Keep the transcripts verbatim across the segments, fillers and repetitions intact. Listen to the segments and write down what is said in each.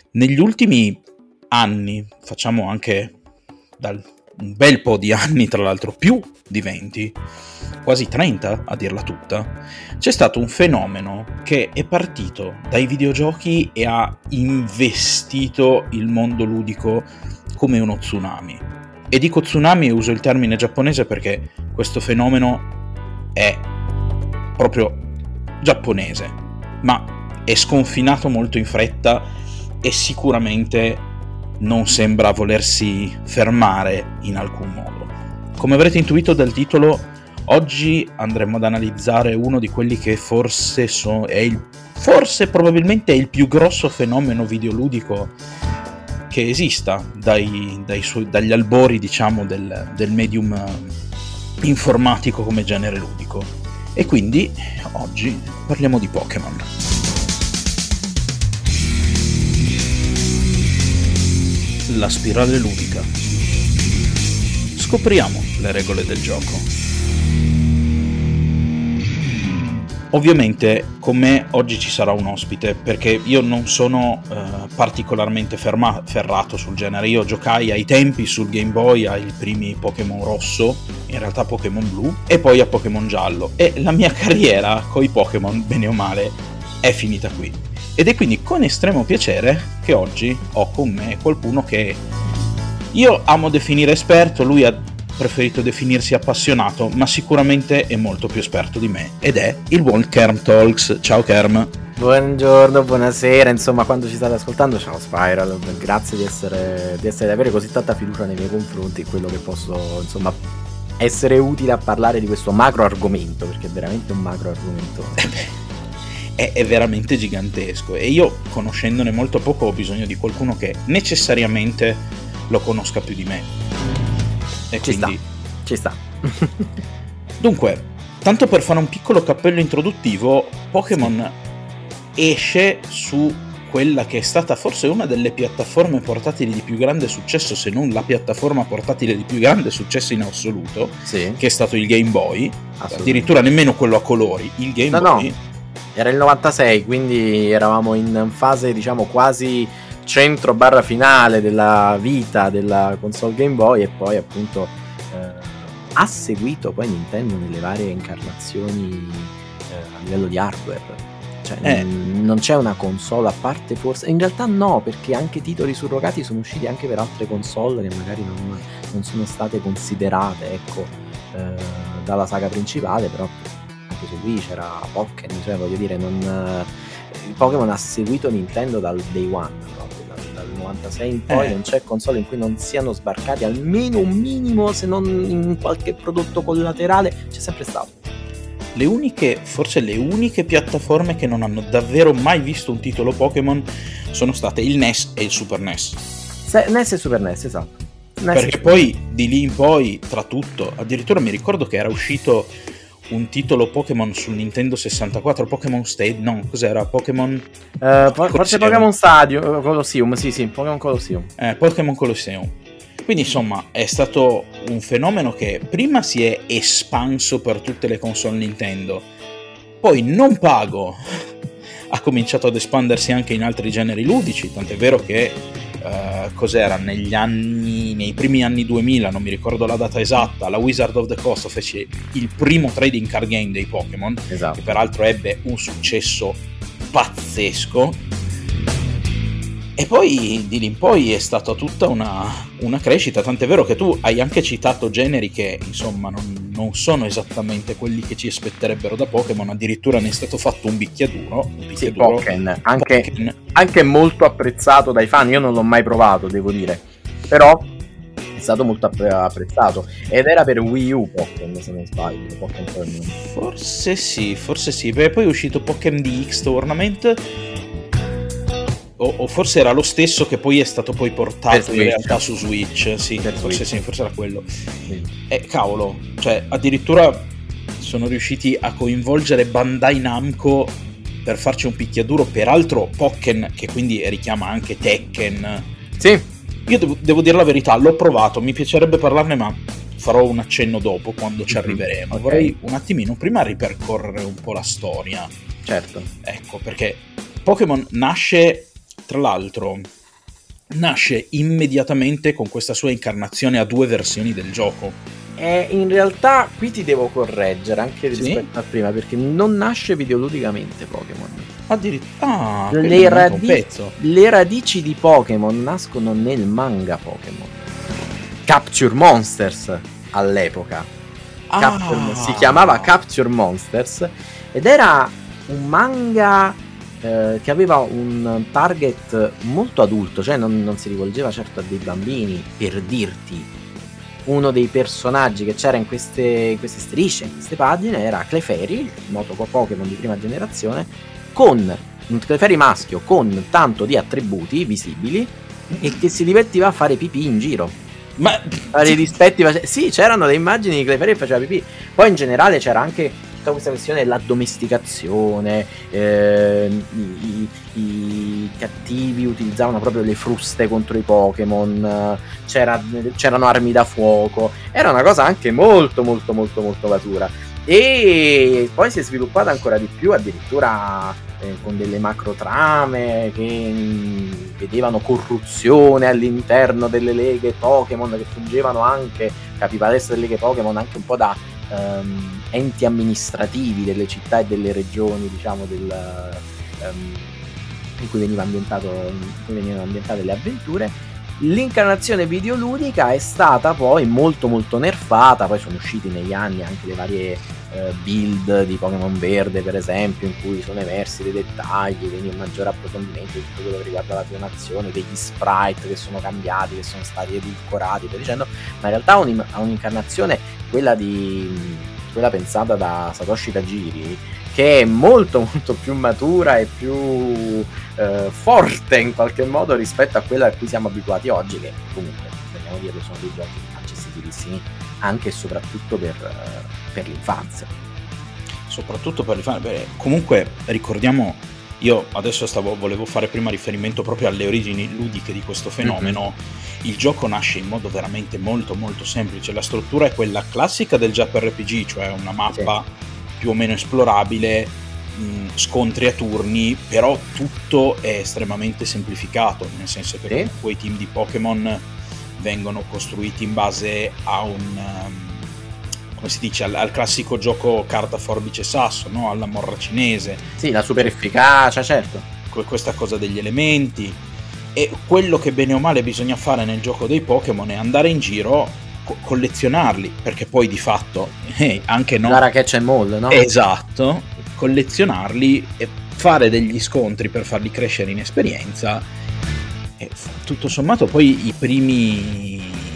negli ultimi anni, facciamo anche dal un bel po' di anni, tra l'altro più di venti, quasi trenta a dirla tutta, c'è stato un fenomeno che è partito dai videogiochi e ha investito il mondo ludico come uno tsunami. E dico tsunami e uso il termine giapponese perché questo fenomeno è proprio giapponese, ma è sconfinato molto in fretta e sicuramente non sembra volersi fermare in alcun modo. Come avrete intuito dal titolo, oggi andremo ad analizzare uno di quelli che forse so, è il forse probabilmente è il più grosso fenomeno videoludico che esista dai, dai suoi, dagli albori, diciamo, del, del medium informatico come genere ludico. E quindi oggi parliamo di Pokémon. La spirale ludica. Scopriamo le regole del gioco. Ovviamente con me oggi ci sarà un ospite, perché io non sono eh, particolarmente ferma- ferrato sul genere. Io giocai ai tempi sul Game Boy ai primi Pokémon rosso, in realtà Pokémon blu, e poi a Pokémon giallo, e la mia carriera coi Pokémon, bene o male, è finita qui. Ed è quindi con estremo piacere che oggi ho con me qualcuno che io amo definire esperto, lui ha preferito definirsi appassionato, ma sicuramente è molto più esperto di me, ed è il buon Kerm Talks. Ciao Kerm. Buongiorno, buonasera, insomma, quando ci state ascoltando, ciao Spiral, grazie di essere, di essere, di avere così tanta fiducia nei miei confronti, quello che posso, insomma, essere utile a parlare di questo macro argomento, perché è veramente un macro argomento. È, è veramente gigantesco, e io, conoscendone molto poco, ho bisogno di qualcuno che necessariamente lo conosca più di me. E ci quindi sta, ci sta. Dunque, tanto per fare un piccolo cappello introduttivo, Pokémon sì. esce su quella che è stata forse una delle piattaforme portatili di più grande successo, se non la piattaforma portatile di più grande successo in assoluto, sì. che è stato il Game Boy, addirittura nemmeno quello a colori, il Game no, Boy. No. Era il novantasei, quindi eravamo in fase, diciamo, quasi centro barra finale della vita della console Game Boy, e poi appunto eh, ha seguito poi Nintendo nelle varie incarnazioni eh, a livello di hardware. Cioè eh. n- non c'è una console a parte, forse, in realtà no, perché anche titoli surrogati sono usciti anche per altre console che magari non, non sono state considerate, ecco, eh, dalla saga principale, però su Wii c'era Pokémon, cioè voglio dire, non il Pokémon ha seguito Nintendo dal day one, proprio dal, dal novantasei in poi, eh. non c'è console in cui non siano sbarcati almeno un minimo, se non in qualche prodotto collaterale, c'è sempre stato. Le uniche, forse le uniche piattaforme che non hanno davvero mai visto un titolo Pokémon sono state il N E S e il Super N E S. Se, N E S e Super N E S, esatto. N E S perché poi di lì in poi, tra tutto, addirittura mi ricordo che era uscito un titolo Pokémon sul Nintendo sessantaquattro, Pokémon Stadium, no, cos'era? Pokémon uh, forse Pokémon Stadium, Colosseum, sì sì, Pokémon Colosseum. Eh, Pokémon Colosseum. Quindi insomma è stato un fenomeno che prima si è espanso per tutte le console Nintendo, poi non pago ha cominciato ad espandersi anche in altri generi ludici, tant'è vero che uh, cos'era negli anni, nei primi anni duemila, non mi ricordo la data esatta, la Wizard of the Coast fece il primo trading card game dei Pokémon, esatto. che peraltro ebbe un successo pazzesco. E poi di lì in poi è stata tutta una, una crescita, tant'è vero che tu hai anche citato generi che insomma non, non sono esattamente quelli che ci aspetterebbero da Pokémon, addirittura ne è stato fatto un bicchiaduro, un bicchiaduro sì, Pokémon, anche, Pokémon. anche molto apprezzato dai fan, io non l'ho mai provato, devo dire, però è stato molto apprezzato, ed era per Wii U Pokémon, se non sbaglio, Pokémon. Forse sì, forse sì, perché poi è uscito Pokémon D X Tournament, O, o forse era lo stesso che poi è stato poi portato in realtà su Switch, sì, per forse Switch. sì, forse era quello. Sì. E cavolo, cioè addirittura sono riusciti a coinvolgere Bandai Namco per farci un picchiaduro, peraltro Pokken, che quindi richiama anche Tekken. Sì. Io devo, devo dire la verità, l'ho provato, mi piacerebbe parlarne, ma farò un accenno dopo quando ci arriveremo. Okay. Vorrei un attimino prima ripercorrere un po' la storia. Certo. Ecco, perché Pokémon nasce, tra l'altro, nasce immediatamente con questa sua incarnazione a due versioni del gioco. E in realtà qui ti devo correggere anche Sì? rispetto a prima, perché non nasce videoludicamente Pokémon. Addirittura ah, Le, quindi manca un radi- pezzo. le radici di Pokémon nascono nel manga Pokémon. Capture Monsters all'epoca. Capture- Ah. si chiamava Capture Monsters ed era un manga eh, che aveva un target molto adulto, cioè non, non si rivolgeva certo a dei bambini. Per dirti, uno dei personaggi che c'era in queste, in queste strisce, in queste pagine, era Clefairy, il noto Pokémon di prima generazione, con un Clefairy maschio con tanto di attributi visibili e che si divertiva a fare pipì in giro. Ma Fare i dispetti, face- sì, c'erano le immagini di Clefairy che faceva pipì. Poi in generale c'era anche tutta questa questione dell'addomesticazione, eh, i, i, i cattivi utilizzavano proprio le fruste contro i Pokémon, c'era, c'erano armi da fuoco, era una cosa anche molto molto molto molto matura. E poi si è sviluppata ancora di più, addirittura eh, con delle macro trame che mh, vedevano corruzione all'interno delle leghe Pokémon, che fungevano anche capipalestre delle leghe Pokémon anche un po' da um, enti amministrativi delle città e delle regioni, diciamo, del, um, in cui veniva ambientato in cui venivano ambientate le avventure. L'incarnazione videoludica è stata poi molto molto nerfata, poi sono usciti negli anni anche le varie eh, build di Pokémon Verde, per esempio, in cui sono emersi dei dettagli, quindi un maggiore approfondimento di tutto quello che riguarda la clonazione, degli sprite che sono cambiati, che sono stati edulcorati, per dicendo, ma in realtà ha un, un'incarnazione, quella di quella pensata da Satoshi Tajiri, che è molto molto più matura e più eh, forte in qualche modo rispetto a quella a cui siamo abituati oggi, che comunque, vogliamo dirlo, sono dei giochi accessibilissimi anche e soprattutto per, uh, per l'infanzia. Soprattutto per l'infanzia. Beh, comunque ricordiamo, io adesso stavo, volevo fare prima riferimento proprio alle origini ludiche di questo fenomeno. Mm-hmm. Il gioco nasce in modo veramente molto molto semplice, la struttura è quella classica del J R P G, cioè una mappa sì. più o meno esplorabile, mh, scontri a turni, però tutto è estremamente semplificato, nel senso che sì. quei team di Pokémon vengono costruiti in base a un um, come si dice, al, al classico gioco carta, forbice, sasso, no? Alla morra cinese. Sì, la super efficacia, certo. Questa cosa degli elementi. E quello che bene o male bisogna fare nel gioco dei Pokémon è andare in giro, co- collezionarli, perché poi di fatto eh, anche no. Gara catch and mall, no? Esatto, collezionarli e fare degli scontri per farli crescere in esperienza. E tutto sommato poi i primi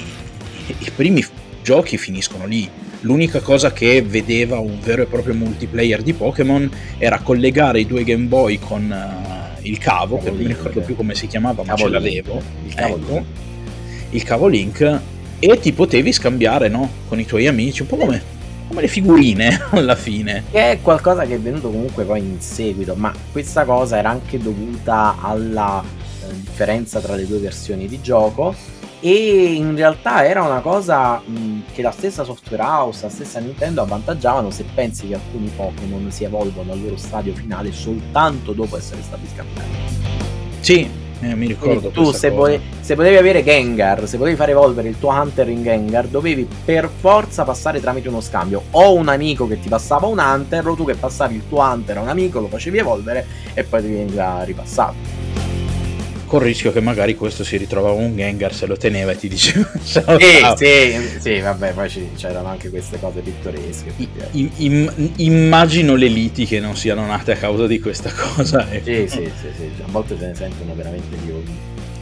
i primi giochi finiscono lì. L'unica cosa che vedeva un vero e proprio multiplayer di Pokémon era collegare i due Game Boy con uh, il cavo, che non mi ricordo più come si chiamava, ma ce l'avevo, il cavo, ecco, il cavo Link, e ti potevi scambiare, no, con i tuoi amici, un po' come, come le figurine alla fine. Che è qualcosa che è venuto comunque poi in seguito, ma questa cosa era anche dovuta alla eh, differenza tra le due versioni di gioco. E in realtà era una cosa mh, che la stessa software house, la stessa Nintendo avvantaggiavano, se pensi che alcuni Pokémon si evolvono al loro stadio finale soltanto dopo essere stati scambiati. Sì, eh, mi ricordo. Quindi tu se, vole- se volevi avere Gengar, se volevi far evolvere il tuo Hunter in Gengar, dovevi per forza passare tramite uno scambio, o un amico che ti passava un Hunter, o tu che passavi il tuo Hunter a un amico, lo facevi evolvere e poi ti veniva ripassato. Col rischio che magari questo si ritrovava un Gengar, se lo teneva e ti diceva sì, sì, sì, vabbè, poi c'erano anche queste cose pittoresche. I, im, immagino le liti che non siano nate a causa di questa cosa. Ecco. Sì, sì, sì, sì, a volte se ne sentono veramente violenti.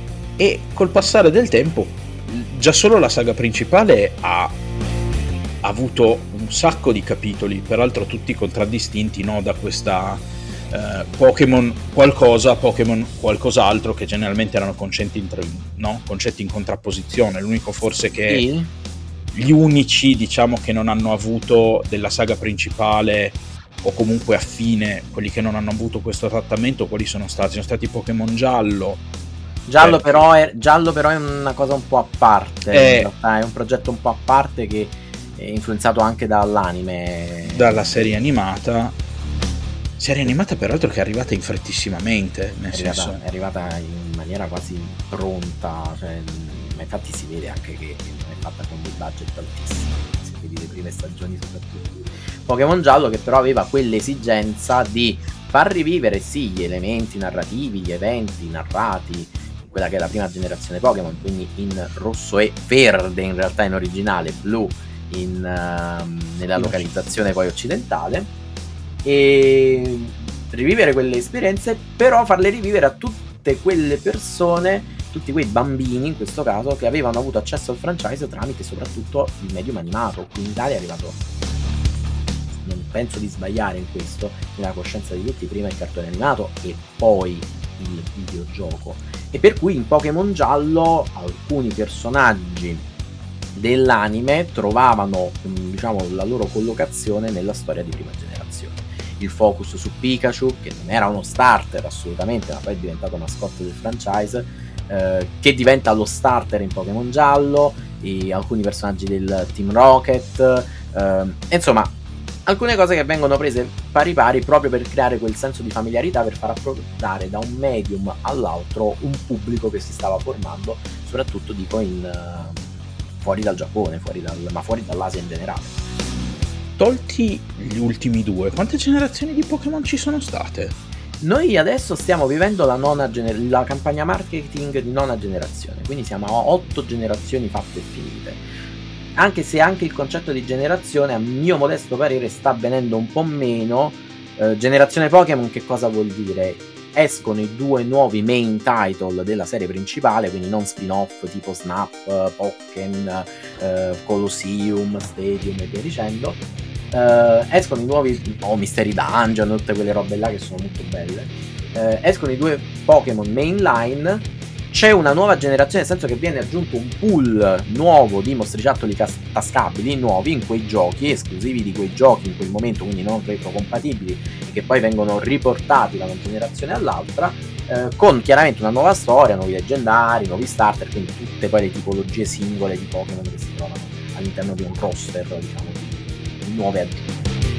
E col passare del tempo, già solo la saga principale ha, ha avuto un sacco di capitoli, peraltro tutti contraddistinti, no, da questa... Uh, Pokémon qualcosa, Pokémon qualcos'altro, che generalmente erano concetti in, no? concetti in contrapposizione. L'unico forse che sì. gli unici, diciamo, che non hanno avuto della saga principale o comunque affine, quelli che non hanno avuto questo trattamento, quali sono stati? Sono stati Pokémon Giallo. Giallo, eh, però è, Giallo però è una cosa un po' a parte, eh, in realtà è un progetto un po' a parte che è influenzato anche dall'anime, dalla serie animata. Serie animata peraltro che è arrivata infrettissimamente, nel è arrivata, senso... è arrivata in maniera quasi pronta, cioè, ma infatti si vede anche che non è fatta con dei budget altissimi, se vedi le prime stagioni soprattutto. Pokémon Giallo che però aveva quell'esigenza di far rivivere sì gli elementi narrativi, gli eventi narrati in quella che è la prima generazione Pokémon, quindi in rosso e verde in realtà in originale, blu in, uh, nella localizzazione poi occidentale, e rivivere quelle esperienze, però farle rivivere a tutte quelle persone, tutti quei bambini in questo caso, che avevano avuto accesso al franchise tramite soprattutto il medium animato. Qui in Italia è arrivato, non penso di sbagliare in questo, nella coscienza di tutti, prima il cartone animato e poi il videogioco, e per cui in Pokémon Giallo alcuni personaggi dell'anime trovavano, diciamo, la loro collocazione nella storia di prima generazione. Il focus su Pikachu, che non era uno starter assolutamente, ma poi è diventato mascotte del franchise, eh, che diventa lo starter in Pokémon Giallo, e alcuni personaggi del Team Rocket, eh, insomma alcune cose che vengono prese pari pari proprio per creare quel senso di familiarità, per far approdare da un medium all'altro un pubblico che si stava formando, soprattutto dico in uh, fuori dal Giappone, fuori dal, ma fuori dall'Asia in generale. Tolti gli ultimi due, quante generazioni di Pokémon ci sono state? Noi adesso stiamo vivendo la nona gener- la campagna marketing di nona generazione, quindi siamo a otto generazioni fatte e finite. Anche se anche il concetto di generazione, a mio modesto parere, sta avvenendo un po' meno. Eh, generazione Pokémon che cosa vuol dire? Escono i due nuovi main title della serie principale, quindi non spin-off tipo Snap, Pokken, eh, Colosseum, Stadium e via dicendo. Uh, escono i nuovi oh, Mystery Dungeon, tutte quelle robe là che sono molto belle. Uh, escono i due Pokémon mainline. C'è una nuova generazione, nel senso che viene aggiunto un pool nuovo di mostriciattoli cas- tascabili nuovi in quei giochi, esclusivi di quei giochi in quel momento, quindi non retrocompatibili, e che poi vengono riportati da una generazione all'altra, uh, con chiaramente una nuova storia, nuovi leggendari, nuovi starter, quindi tutte poi le tipologie singole di Pokémon che si trovano all'interno di un roster, diciamo, nuove aggiunte.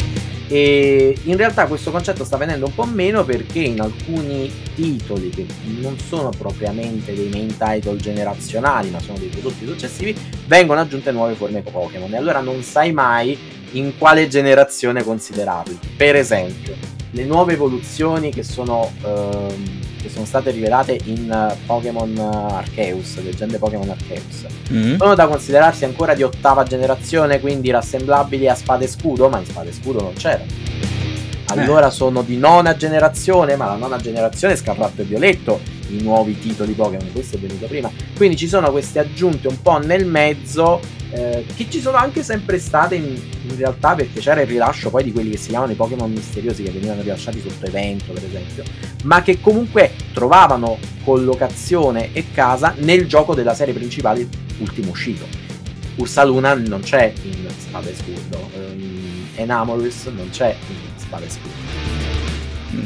E in realtà questo concetto sta venendo un po' meno, perché in alcuni titoli che non sono propriamente dei main title generazionali ma sono dei prodotti successivi vengono aggiunte nuove forme Pokémon, e allora non sai mai in quale generazione considerarli. Per esempio le nuove evoluzioni che sono ehm, che sono state rivelate in uh, Pokémon uh, Arceus, leggende Pokémon Arceus, mm. sono da considerarsi ancora di ottava generazione, quindi rassemblabili a spada e scudo, ma in spada e scudo non c'erano. Allora eh. sono di nona generazione, ma la nona generazione è Scarlatto e Violetto, i nuovi titoli Pokémon, questo è venuto prima. Quindi ci sono queste aggiunte un po' nel mezzo, eh, che ci sono anche sempre state in, in realtà, perché c'era il rilascio poi di quelli che si chiamano i Pokémon misteriosi, che venivano rilasciati sotto evento per esempio, ma che comunque trovavano collocazione e casa nel gioco della serie principale ultimo uscito. Ursaluna non c'è in Spada e Scudo, um, Enamorus non c'è in Spada e Scudo. Mm.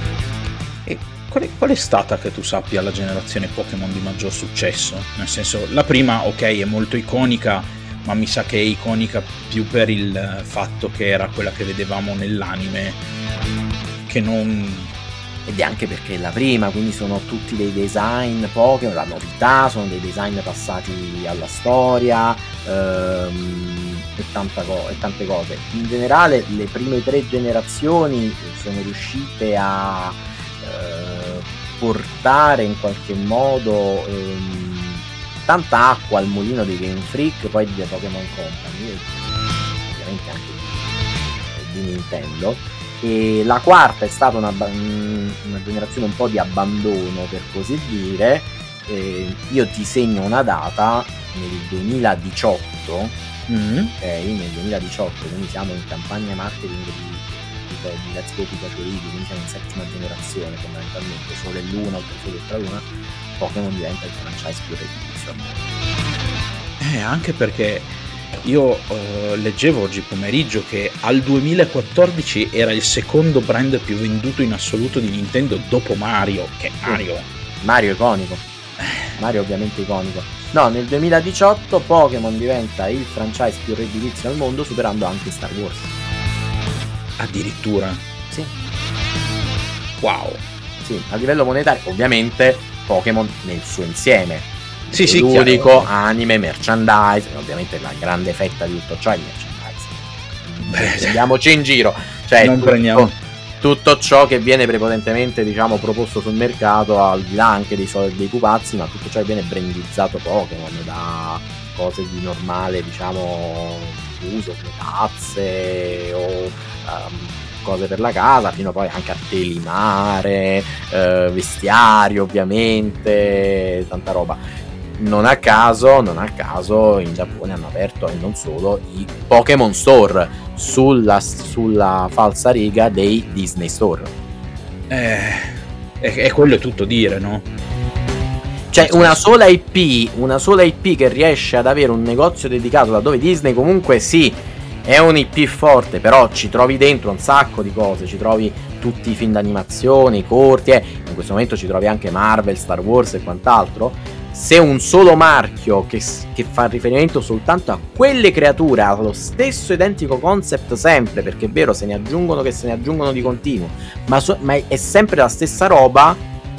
E qual è, qual è stata, che tu sappia, la generazione Pokémon di maggior successo? Nel senso, la prima, ok, è molto iconica, ma mi sa che è iconica più per il fatto che era quella che vedevamo nell'anime, che non... Ed è anche perché è la prima, quindi sono tutti dei design Pokémon, la novità, sono dei design passati alla storia, ehm, e, tanta co- e tante cose. In generale le prime tre generazioni sono riuscite a eh, portare in qualche modo ehm, tanta acqua al mulino dei Game Freak, poi di Pokémon Company, e ovviamente anche di Nintendo. E la quarta è stata una, una generazione un po' di abbandono, per così dire. Eh, io ti segno una data nel duemiladiciotto, mm. ok, nel duemiladiciotto, quindi siamo in campagna marketing di, di, di Let's Go Pikachu League, quindi siamo in settima generazione fondamentalmente, solo l'una, oltre solo tra l'una, Pokémon diventa il franchise più redditizio al mondo. Eh, anche perché io uh, leggevo oggi pomeriggio che al duemilaquattordici era il secondo brand più venduto in assoluto di Nintendo dopo Mario, che Mario Mario iconico Mario ovviamente iconico. No, nel duemiladiciotto Pokémon diventa il franchise più redditizio al mondo, superando anche Star Wars. Addirittura? Sì. Wow. Sì, a livello monetario, ovviamente Pokémon nel suo insieme. Sì, sì, ludico, anime, merchandise, ovviamente la grande fetta di tutto ciò è il merchandise. Prendiamoci in giro, cioè non tutto, prendiamo tutto ciò che viene prepotentemente, diciamo, proposto sul mercato, al di là anche dei soldi dei pupazzi, ma tutto ciò che viene brandizzato Pokémon, da cose di normale, diciamo, uso, come tazze o um, cose per la casa, fino poi anche a telimare, eh, vestiario, ovviamente, tanta roba. Non a caso, non a caso in Giappone hanno aperto, e non solo, i Pokémon Store sulla, sulla falsariga dei Disney Store. Eh, e, e quello è tutto dire, no? Cioè una sola I P, una sola I P che riesce ad avere un negozio dedicato, da dove Disney comunque sì, è un I P forte, però ci trovi dentro un sacco di cose, ci trovi tutti i film d'animazione, i corti, eh. in questo momento ci trovi anche Marvel, Star Wars e quant'altro. Se un solo marchio che, che fa riferimento soltanto a quelle creature ha lo stesso identico concept sempre, perché è vero, se ne aggiungono che se ne aggiungono di continuo, ma, so, ma è sempre la stessa roba,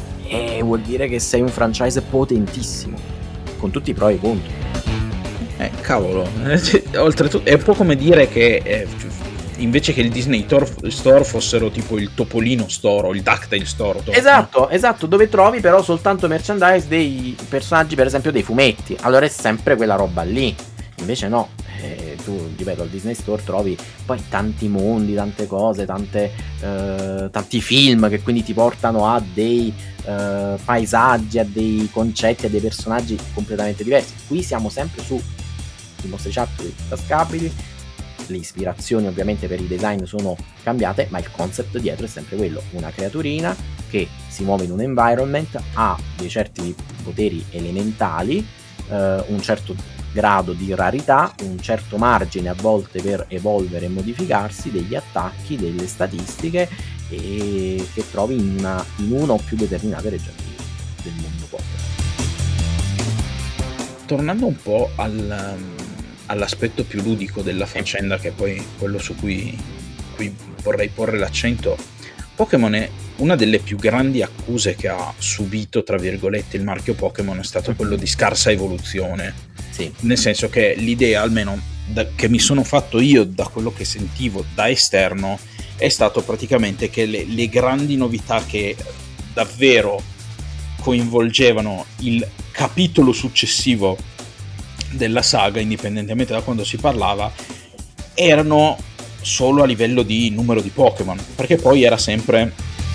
e vuol dire che sei un franchise potentissimo, con tutti i pro e i contro. Eh, cavolo, oltretutto è un po' come dire che eh, invece che il Disney Store fossero tipo il Topolino Store o il DuckTale Store. Esatto, no? Esatto, dove trovi però soltanto merchandise dei personaggi, per esempio dei fumetti. Allora è sempre quella roba lì. Invece no, eh, tu, ripeto, al Disney Store trovi poi tanti mondi, tante cose, tante, eh, tanti film che quindi ti portano a dei eh, paesaggi, a dei concetti, a dei personaggi completamente diversi. Qui siamo sempre su i mostri chat tascabili. Le ispirazioni ovviamente per i design sono cambiate, ma il concept dietro è sempre quello: una creaturina che si muove in un environment, ha dei certi poteri elementali, eh, un certo grado di rarità, un certo margine a volte per evolvere e modificarsi, degli attacchi, delle statistiche, e che trovi in una, in una o più determinate regioni del mondo Pokémon. Tornando un po' al all'aspetto più ludico della faccenda, che è poi quello su cui, cui vorrei porre l'accento, Pokémon è una delle più grandi accuse che ha subito, tra virgolette, il marchio Pokémon, è stato quello di scarsa evoluzione. Sì. Nel senso che l'idea, almeno da, che mi sono fatto io da quello che sentivo da esterno, è stato praticamente che le, le grandi novità che davvero coinvolgevano il capitolo successivo della saga, indipendentemente da quando si parlava, erano solo a livello di numero di Pokémon, perché poi era sempre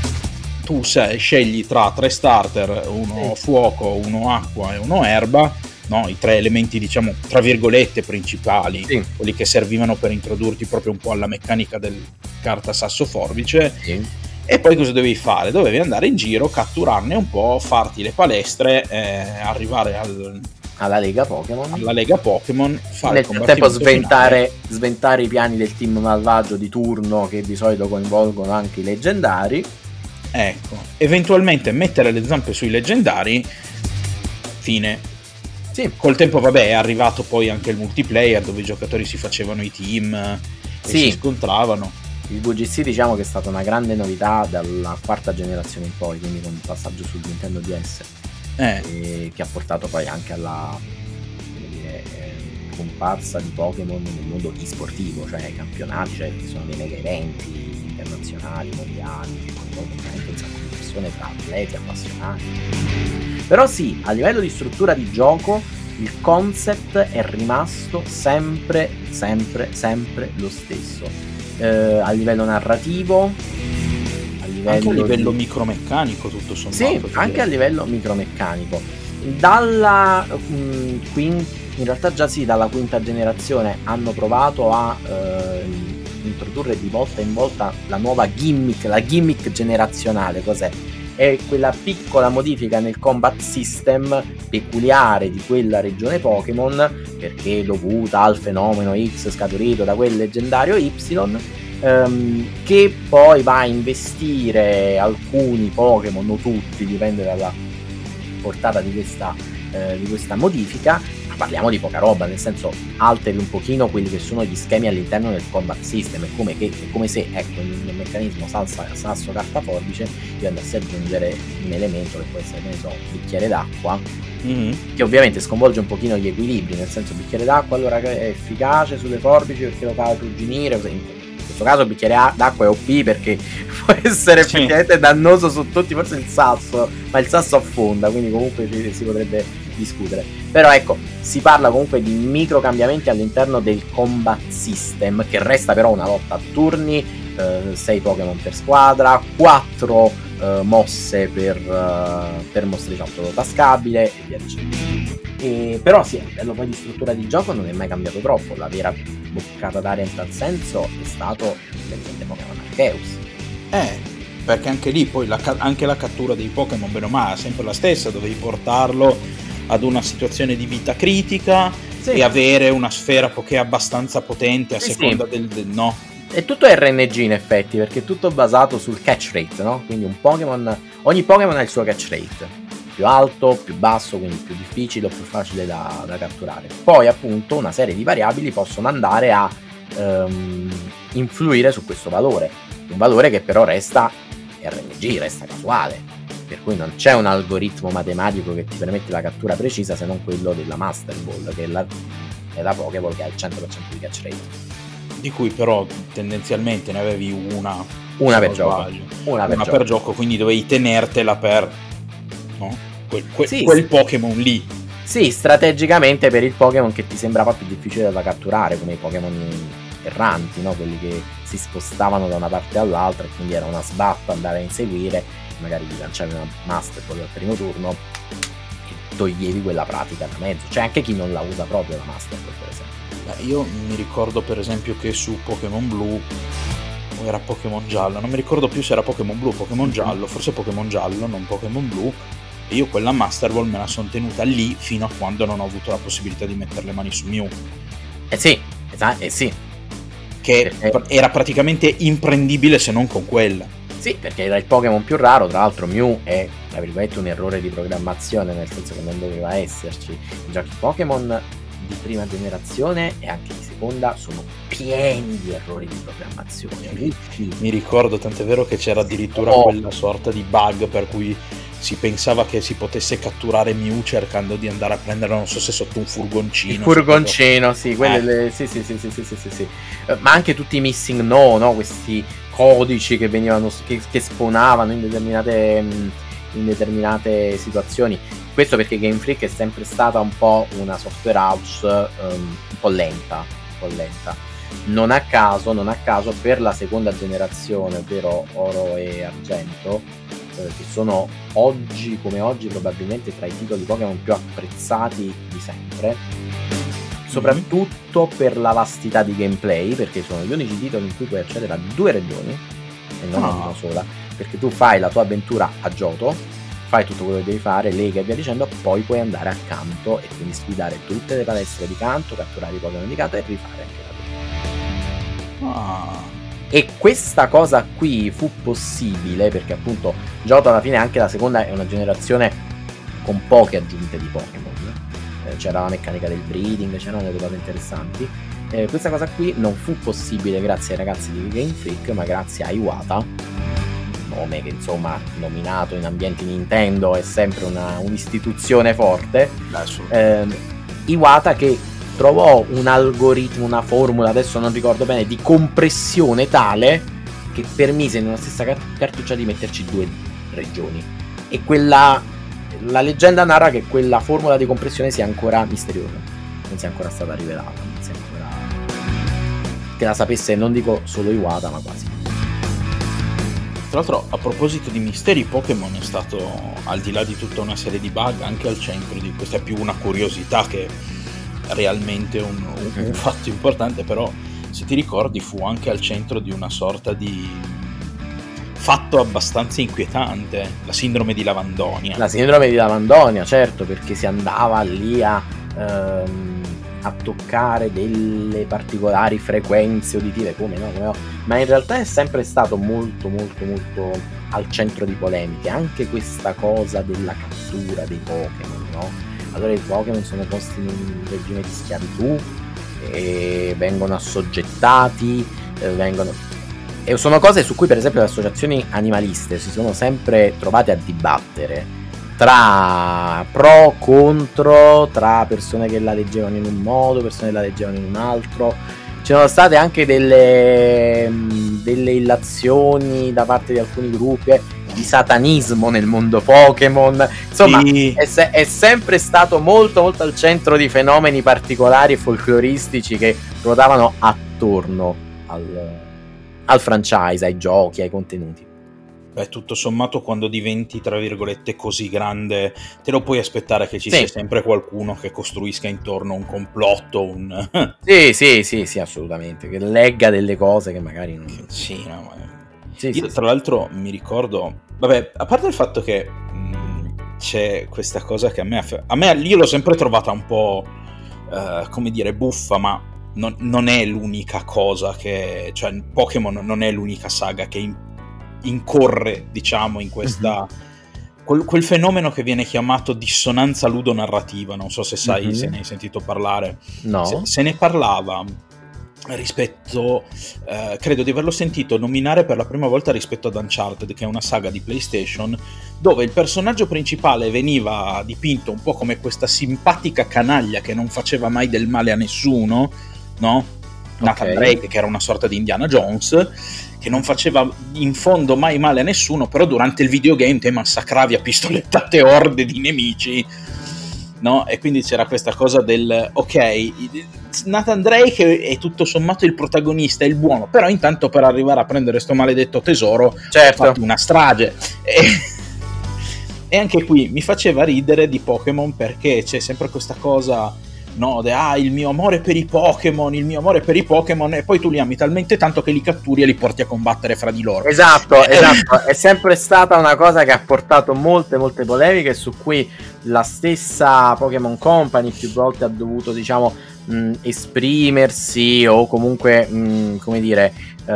tu sai, scegli tra tre starter, uno sì. fuoco, uno acqua e uno erba, no? I tre elementi, diciamo, tra virgolette principali, sì. quelli che servivano per introdurti proprio un po' alla meccanica del carta sasso forbice. Sì. E poi cosa dovevi fare? Dovevi andare in giro, catturarne un po', farti le palestre, eh, arrivare al alla Lega Pokémon, alla Lega Pokémon, fare nel frattempo sventare, sventare i piani del team malvagio di turno, che di solito coinvolgono anche i leggendari. Ecco, eventualmente mettere le zampe sui leggendari, fine. Sì. Col tempo, vabbè, è arrivato poi anche il multiplayer, dove i giocatori si facevano i team e sì. si scontravano. Il V G C, diciamo che è stata una grande novità dalla quarta generazione in poi, quindi con il passaggio sul Nintendo D S. Eh. E che ha portato poi anche alla dire, comparsa di Pokémon nel mondo e-sportivo, cioè ai campionati, cioè che sono dei mega eventi internazionali, mondiali, con veramente un sacco di persone, tra atleti, appassionati. Però sì, a livello di struttura di gioco il concept è rimasto sempre, sempre, sempre lo stesso. Eh, a livello narrativo, anche a livello di... micromeccanico, tutto sommato. Sì, anche a livello micromeccanico. Dalla mh, quinta, in realtà già sì, dalla quinta generazione hanno provato a eh, introdurre di volta in volta la nuova gimmick, la gimmick generazionale. Cos'è? È quella piccola modifica nel combat system peculiare di quella regione Pokémon, perché è dovuta al fenomeno X scaturito da quel leggendario Y, Um, che poi va a investire alcuni Pokémon, o tutti, dipende dalla portata di questa, eh, di questa modifica, parliamo di poca roba, nel senso alteri un pochino quelli che sono gli schemi all'interno del combat system, è come, che, è come se, ecco, nel meccanismo salsa, sasso carta forbice io andassi ad aggiungere un elemento che può essere, che ne so, un bicchiere d'acqua, mm-hmm. che ovviamente sconvolge un pochino gli equilibri, nel senso bicchiere d'acqua allora è efficace sulle forbici perché lo fa arrugginire, in questo caso il bicchiere d'acqua è O P perché può essere sì. effettivamente dannoso su tutti, forse il sasso, ma il sasso affonda, quindi comunque si potrebbe discutere. Però ecco, si parla comunque di micro cambiamenti all'interno del combat system, che resta però una lotta a turni, sei Pokémon per squadra, quattro uh, mosse per, uh, per mostriciattolo tascabile e via dicendo. E, però sì, a livello poi di struttura di gioco non è mai cambiato troppo. La vera boccata d'aria in tal senso è stato letteralmente Pokémon Arceus. Eh, perché anche lì poi la, anche la cattura dei Pokémon bene o male è sempre la stessa, dovevi portarlo ad una situazione di vita critica sì. e avere una sfera Poké abbastanza potente a sì, seconda sì. Del, del no. È tutto R N G in effetti, perché è tutto basato sul catch rate, no? Quindi un Pokémon, ogni Pokémon ha il suo catch rate, più alto, più basso, quindi più difficile o più facile da, da catturare. Poi appunto una serie di variabili possono andare a um, influire su questo valore, un valore che però resta R N G, resta casuale, per cui non c'è un algoritmo matematico che ti permette la cattura precisa se non quello della Master Ball, che è la, è la Pokéball che ha il cento per cento di catch rate. Di cui però tendenzialmente ne avevi una una per gioco una, per, una gioco. per gioco, quindi dovevi tenertela per no? quel, quel, sì, quel sì. Pokémon lì. Sì, strategicamente per il Pokémon che ti sembrava più difficile da catturare, come i Pokémon erranti, no? Quelli che si spostavano da una parte all'altra e quindi era una sbatta andare a inseguire, magari ti lanciavi una Master Ball al primo turno e toglievi quella pratica da mezzo. C'è anche chi non la usa proprio la Master Ball, per esempio. Io mi ricordo per esempio che su Pokémon Blu o era Pokémon Giallo, non mi ricordo più se era Pokémon Blu o Pokémon Giallo, forse Pokémon Giallo, non Pokémon Blu, e io quella Master Ball me la sono tenuta lì fino a quando non ho avuto la possibilità di mettere le mani su Mew. Eh sì, esatto, eh sì. Che perché era praticamente imprendibile se non con quella. Sì, perché era il Pokémon più raro, tra l'altro Mew è, tra virgolette, un errore di programmazione, nel senso che non doveva esserci. I giochi Pokémon di prima generazione e anche di seconda sono pieni di errori di programmazione. Mi ricordo, tant'è vero che c'era addirittura oh. quella sorta di bug per cui si pensava che si potesse catturare Mew cercando di andare a prenderlo, non so se sotto un furgoncino. Il furgoncino, sì, quelle eh. le... sì, sì, sì, sì, sì, sì, sì, sì. Uh, ma anche tutti i missing no, no, questi codici che venivano che, che spawnavano in determinate in determinate situazioni. Questo perché Game Freak è sempre stata un po' una software house um, un po' lenta, un po' lenta. Non a caso, non a caso per la seconda generazione, ovvero Oro e Argento, eh, che sono oggi come oggi probabilmente tra i titoli Pokémon più apprezzati di sempre, soprattutto per la vastità di gameplay, perché sono gli unici titoli in cui puoi accedere a due regioni e non a oh. una sola, perché tu fai la tua avventura a Johto, fai tutto quello che devi fare, lega e via dicendo, poi puoi andare accanto e quindi sfidare tutte le palestre di canto, catturare i Pokémon di canto e rifare anche la tua. Ah. E questa cosa qui fu possibile perché appunto Johto alla fine, anche la seconda, è una generazione con poche aggiunte di Pokémon. Eh, c'era la meccanica del breeding, c'erano delle cose interessanti. Eh, questa cosa qui non fu possibile grazie ai ragazzi di Game Freak, ma grazie a Iwata, nome che insomma nominato in ambienti Nintendo è sempre una, un'istituzione forte. eh, Iwata che trovò un algoritmo, una formula, adesso non ricordo bene, di compressione tale che permise in una stessa cartuccia di metterci due regioni, e quella, la leggenda narra che quella formula di compressione sia ancora misteriosa, non sia ancora stata rivelata, non sia ancora... che la sapesse non dico solo Iwata ma quasi. Tra l'altro, a proposito di misteri, Pokémon è stato, al di là di tutta una serie di bug, anche al centro di questa, è più una curiosità che realmente un, un, un fatto importante, però se ti ricordi fu anche al centro di una sorta di fatto abbastanza inquietante, la sindrome di Lavandonia. La sindrome di Lavandonia, certo, perché si andava lì a... Ehm... a toccare delle particolari frequenze uditive, come no, come no, ma in realtà è sempre stato molto molto molto al centro di polemiche anche questa cosa della cattura dei Pokémon, no? allora i Pokémon sono posti in un regime di schiavitù e vengono assoggettati, eh, vengono... e sono cose su cui per esempio le associazioni animaliste si sono sempre trovate a dibattere tra pro, contro, tra persone che la leggevano in un modo, persone che la leggevano in un altro. Ci sono state anche delle, delle illazioni da parte di alcuni gruppi eh, di satanismo nel mondo Pokémon. Insomma, sì. è, se- è sempre stato molto molto al centro di fenomeni particolari e folcloristici che ruotavano attorno al, al franchise, ai giochi, ai contenuti. Beh, tutto sommato, quando diventi, tra virgolette, così grande, te lo puoi aspettare che ci sì. sia sempre qualcuno che costruisca intorno un complotto, un... sì, sì, sì, sì, assolutamente, che legga delle cose che magari non... Sì, no, ma... sì, Io, sì, tra sì. l'altro, mi ricordo... Vabbè, a parte il fatto che mh, c'è questa cosa che a me... A me, io l'ho sempre trovata un po', uh, come dire, buffa, ma non, non è l'unica cosa che... Cioè, Pokémon non è l'unica saga che... In, incorre, diciamo, in questa mm-hmm. quel, quel fenomeno che viene chiamato dissonanza ludonarrativa. Non so se sai, mm-hmm. se ne hai sentito parlare. No. Se, se ne parlava rispetto, eh, credo di averlo sentito nominare per la prima volta rispetto ad Uncharted, che è una saga di PlayStation, dove il personaggio principale veniva dipinto un po' come questa simpatica canaglia che non faceva mai del male a nessuno, no? Nathan okay. Drake, che era una sorta di Indiana Jones, che non faceva in fondo mai male a nessuno, però durante il videogame te massacravi a pistolettate orde di nemici, no? E quindi c'era questa cosa del ok, Nathan Drake è tutto sommato il protagonista, è il buono, però intanto per arrivare a prendere sto maledetto tesoro certo. ha fatto una strage. E, e anche qui mi faceva ridere di Pokémon, perché c'è sempre questa cosa, no, de, ah, il mio amore per i Pokémon, il mio amore per i Pokémon, e poi tu li ami talmente tanto che li catturi e li porti a combattere fra di loro. Esatto, esatto, è sempre stata una cosa che ha portato molte molte polemiche, su cui la stessa Pokémon Company più volte ha dovuto, diciamo, mh, esprimersi o comunque, mh, come dire,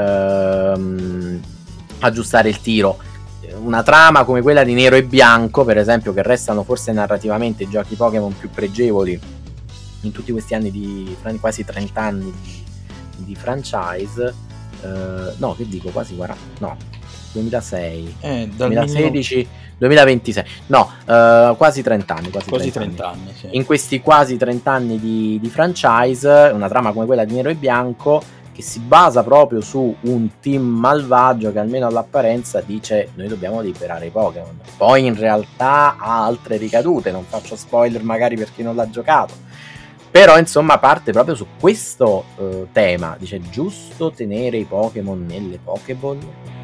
ehm, aggiustare il tiro. Una trama come quella di Nero e Bianco, per esempio, che restano forse narrativamente i giochi Pokémon più pregevoli in tutti questi anni di quasi trenta anni di, di franchise, eh, no, che dico, quasi quaranta, no, duemilasei, eh, duemilasedici, mille... duemilaventisei, no, eh, quasi trenta anni, quasi, quasi trenta anni. Sì. In questi quasi trenta anni di, di franchise, una trama come quella di Nero e Bianco, che si basa proprio su un team malvagio che almeno all'apparenza dice noi dobbiamo liberare i Pokémon, poi in realtà ha altre ricadute, non faccio spoiler magari per chi non l'ha giocato. Però insomma parte proprio su questo uh, tema, dice giusto tenere i Pokémon nelle Pokéball,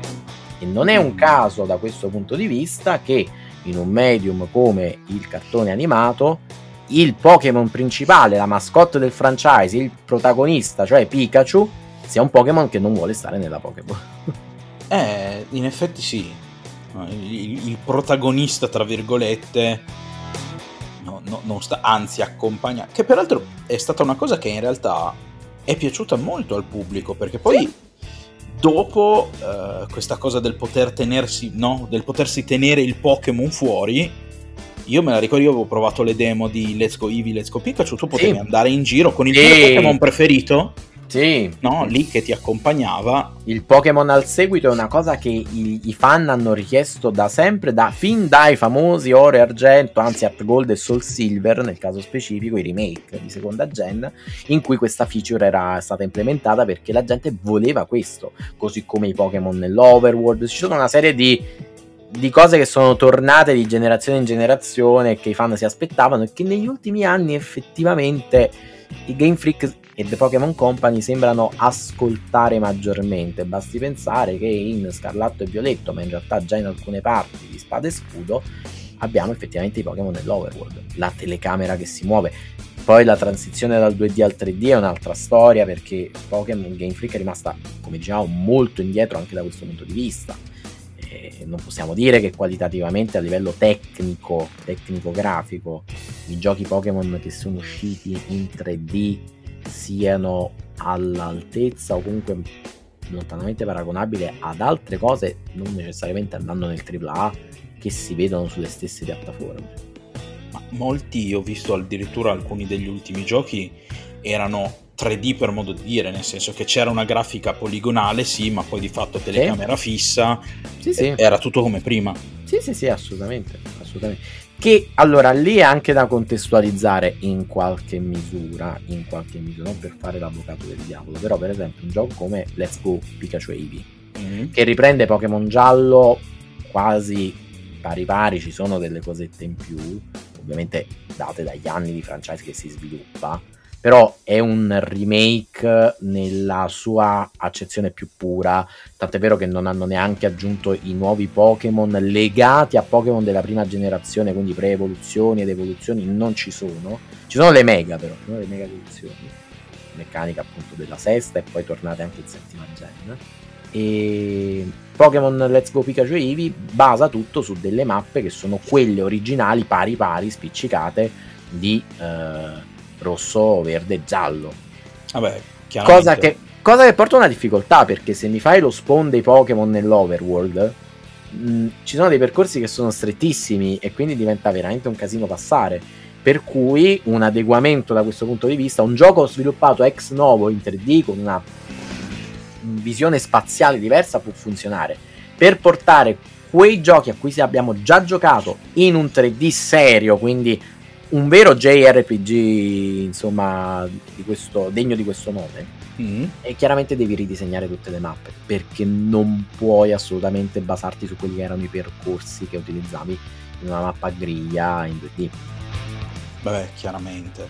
e non è un caso da questo punto di vista che in un medium come il cartone animato il Pokémon principale, la mascotte del franchise, il protagonista, cioè Pikachu, sia un Pokémon che non vuole stare nella Pokéball. Eh, in effetti sì, il, il protagonista tra virgolette No, no, non sta, anzi accompagna, che peraltro è stata una cosa che in realtà è piaciuta molto al pubblico, perché poi sì. dopo uh, questa cosa del poter tenersi, no, del potersi tenere il Pokémon fuori, io me la ricordo, io avevo provato le demo di Let's Go Eevee, Let's Go Pikachu, tu potevi sì. andare in giro con il sì. tuo Pokémon preferito, sì. no, lì che ti accompagnava. Il Pokémon al seguito è una cosa che i, i fan hanno richiesto da sempre, da, fin dai famosi Oro e Argento, anzi Heart Gold e Soul Silver, nel caso specifico i remake di seconda gen, in cui questa feature era stata implementata perché la gente voleva questo, così come i Pokémon nell'Overworld. Ci sono una serie di, di cose che sono tornate di generazione in generazione e che i fan si aspettavano, e che negli ultimi anni effettivamente i Game Freak e The Pokémon Company sembrano ascoltare maggiormente. Basti pensare che in Scarlatto e Violetto, ma in realtà già in alcune parti di Spada e Scudo, abbiamo effettivamente i Pokémon nell'Overworld, la telecamera che si muove. Poi la transizione dal due D al tre D è un'altra storia, perché Pokémon Game Freak è rimasta, come diciamo, molto indietro anche da questo punto di vista. E non possiamo dire che qualitativamente a livello tecnico, tecnico-grafico, i giochi Pokémon che sono usciti in tre D siano all'altezza o comunque lontanamente paragonabile ad altre cose, non necessariamente andando nel tripla A, che si vedono sulle stesse piattaforme. Ma molti, ho visto addirittura alcuni degli ultimi giochi erano tre D per modo di dire, nel senso che c'era una grafica poligonale, sì, ma poi di fatto telecamera sì. fissa, sì, sì. era tutto come prima. Sì, sì, sì, assolutamente, assolutamente. Che allora lì è anche da contestualizzare in qualche misura, in qualche misura, non per fare l'avvocato del diavolo, però per esempio un gioco come Let's Go Pikachu Eevee, mm-hmm. che riprende Pokémon giallo quasi pari pari, ci sono delle cosette in più, ovviamente date dagli anni di franchise che si sviluppa, però è un remake nella sua accezione più pura, tant'è vero che non hanno neanche aggiunto i nuovi Pokémon legati a Pokémon della prima generazione, quindi pre-evoluzioni ed evoluzioni non ci sono, ci sono le mega però, no? Le mega evoluzioni, meccanica appunto della sesta e poi tornate anche in settima gen. E Pokémon Let's Go Pikachu Eevee basa tutto su delle mappe che sono quelle originali pari pari spiccicate di eh, rosso, verde e giallo. Vabbè, cosa che, cosa che porta una difficoltà, perché se mi fai lo spawn dei Pokémon nell'overworld mh, ci sono dei percorsi che sono strettissimi e quindi diventa veramente un casino passare, per cui un adeguamento da questo punto di vista, un gioco sviluppato ex novo in tre D con una visione spaziale diversa può funzionare. Per portare quei giochi a cui abbiamo già giocato in un tre D serio, quindi un vero J R P G, insomma, di questo, degno di questo nome, mm. e chiaramente devi ridisegnare tutte le mappe, perché non puoi assolutamente basarti su quelli che erano i percorsi che utilizzavi in una mappa a griglia in due D. Vabbè, chiaramente.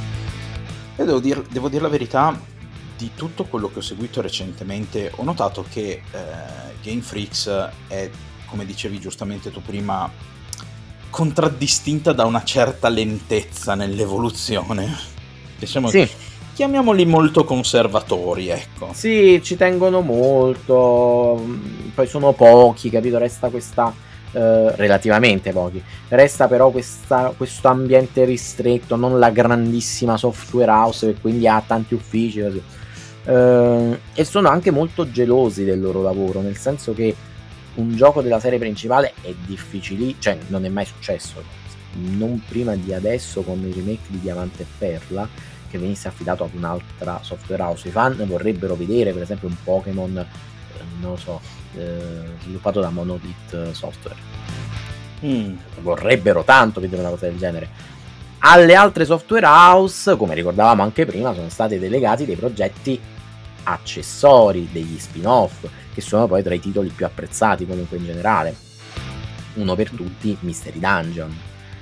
Io devo dire, devo dire la verità, di tutto quello che ho seguito recentemente ho notato che eh, Game Freaks è, come dicevi giustamente tu prima, contraddistinta da una certa lentezza nell'evoluzione. Diciamo, sì. Chiamiamoli molto conservatori, ecco. Sì, ci tengono molto, poi sono pochi, capito? Resta questa, eh, relativamente pochi, resta però questa, questo ambiente ristretto, non la grandissima software house che quindi ha tanti uffici, così. Eh, e sono anche molto gelosi del loro lavoro, nel senso che un gioco della serie principale è difficile, cioè non è mai successo, non prima di adesso con il remake di Diamante e Perla, che venisse affidato ad un'altra software house. I fan vorrebbero vedere per esempio un Pokémon, eh, non lo so, eh, sviluppato da Monolith Software, mm. vorrebbero tanto vedere una cosa del genere. Alle altre software house, come ricordavamo anche prima, sono stati delegati dei progetti accessori, degli spin-off, che sono poi tra i titoli più apprezzati comunque in generale. Uno per tutti, Mystery Dungeon,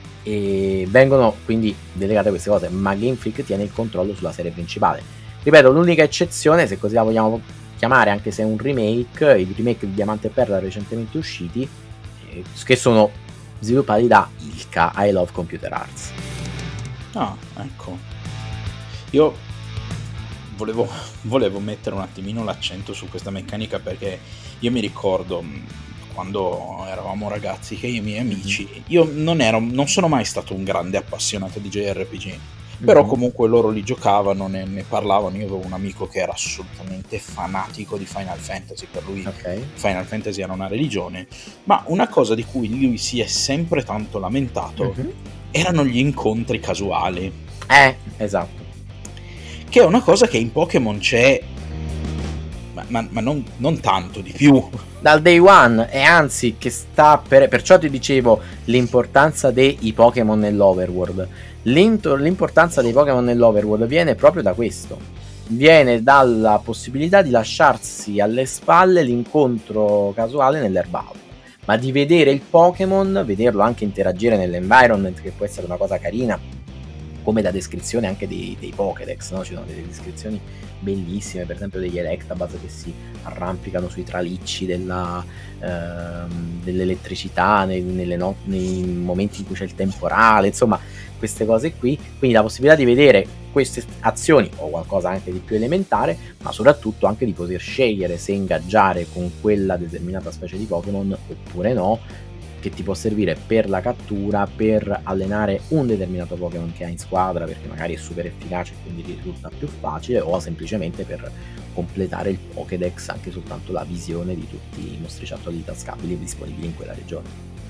e vengono quindi delegate queste cose, ma Game Freak tiene il controllo sulla serie principale. Ripeto, l'unica eccezione, se così la vogliamo chiamare, anche se è un remake, il remake di Diamante e Perla recentemente usciti, eh, che sono sviluppati da I L C A, I Love Computer Arts. Ah, ecco. Io volevo, volevo mettere un attimino l'accento su questa meccanica, perché io mi ricordo quando eravamo ragazzi che io e i miei amici, io non ero, non sono mai stato un grande appassionato di J R P G, però mm-hmm. comunque loro li giocavano, ne, ne parlavano. Io avevo un amico che era assolutamente fanatico di Final Fantasy, per lui okay. Final Fantasy era una religione, ma una cosa di cui lui si è sempre tanto lamentato mm-hmm. erano gli incontri casuali. Eh, esatto. Che è una cosa che in Pokémon c'è, ma, ma, ma non, non tanto di più. Dal day one, e anzi che sta per, perciò ti dicevo l'importanza dei Pokémon nell'overworld. L'int- l'importanza dei Pokémon nell'overworld viene proprio da questo, viene dalla possibilità di lasciarsi alle spalle l'incontro casuale nell'erba alta, ma di vedere il Pokémon, vederlo anche interagire nell'environment, che può essere una cosa carina, come da descrizione anche dei, dei Pokédex, no? Ci sono delle descrizioni bellissime, per esempio degli Electabuzz che si arrampicano sui tralicci della, ehm, dell'elettricità nei, nelle no- nei momenti in cui c'è il temporale, insomma queste cose qui, quindi la possibilità di vedere queste azioni o qualcosa anche di più elementare, ma soprattutto anche di poter scegliere se ingaggiare con quella determinata specie di Pokémon oppure no, che ti può servire per la cattura, per allenare un determinato Pokémon che hai in squadra perché magari è super efficace e quindi ti risulta più facile, o semplicemente per completare il Pokédex anche soltanto la visione di tutti i mostriciattoli tascabili disponibili in quella regione.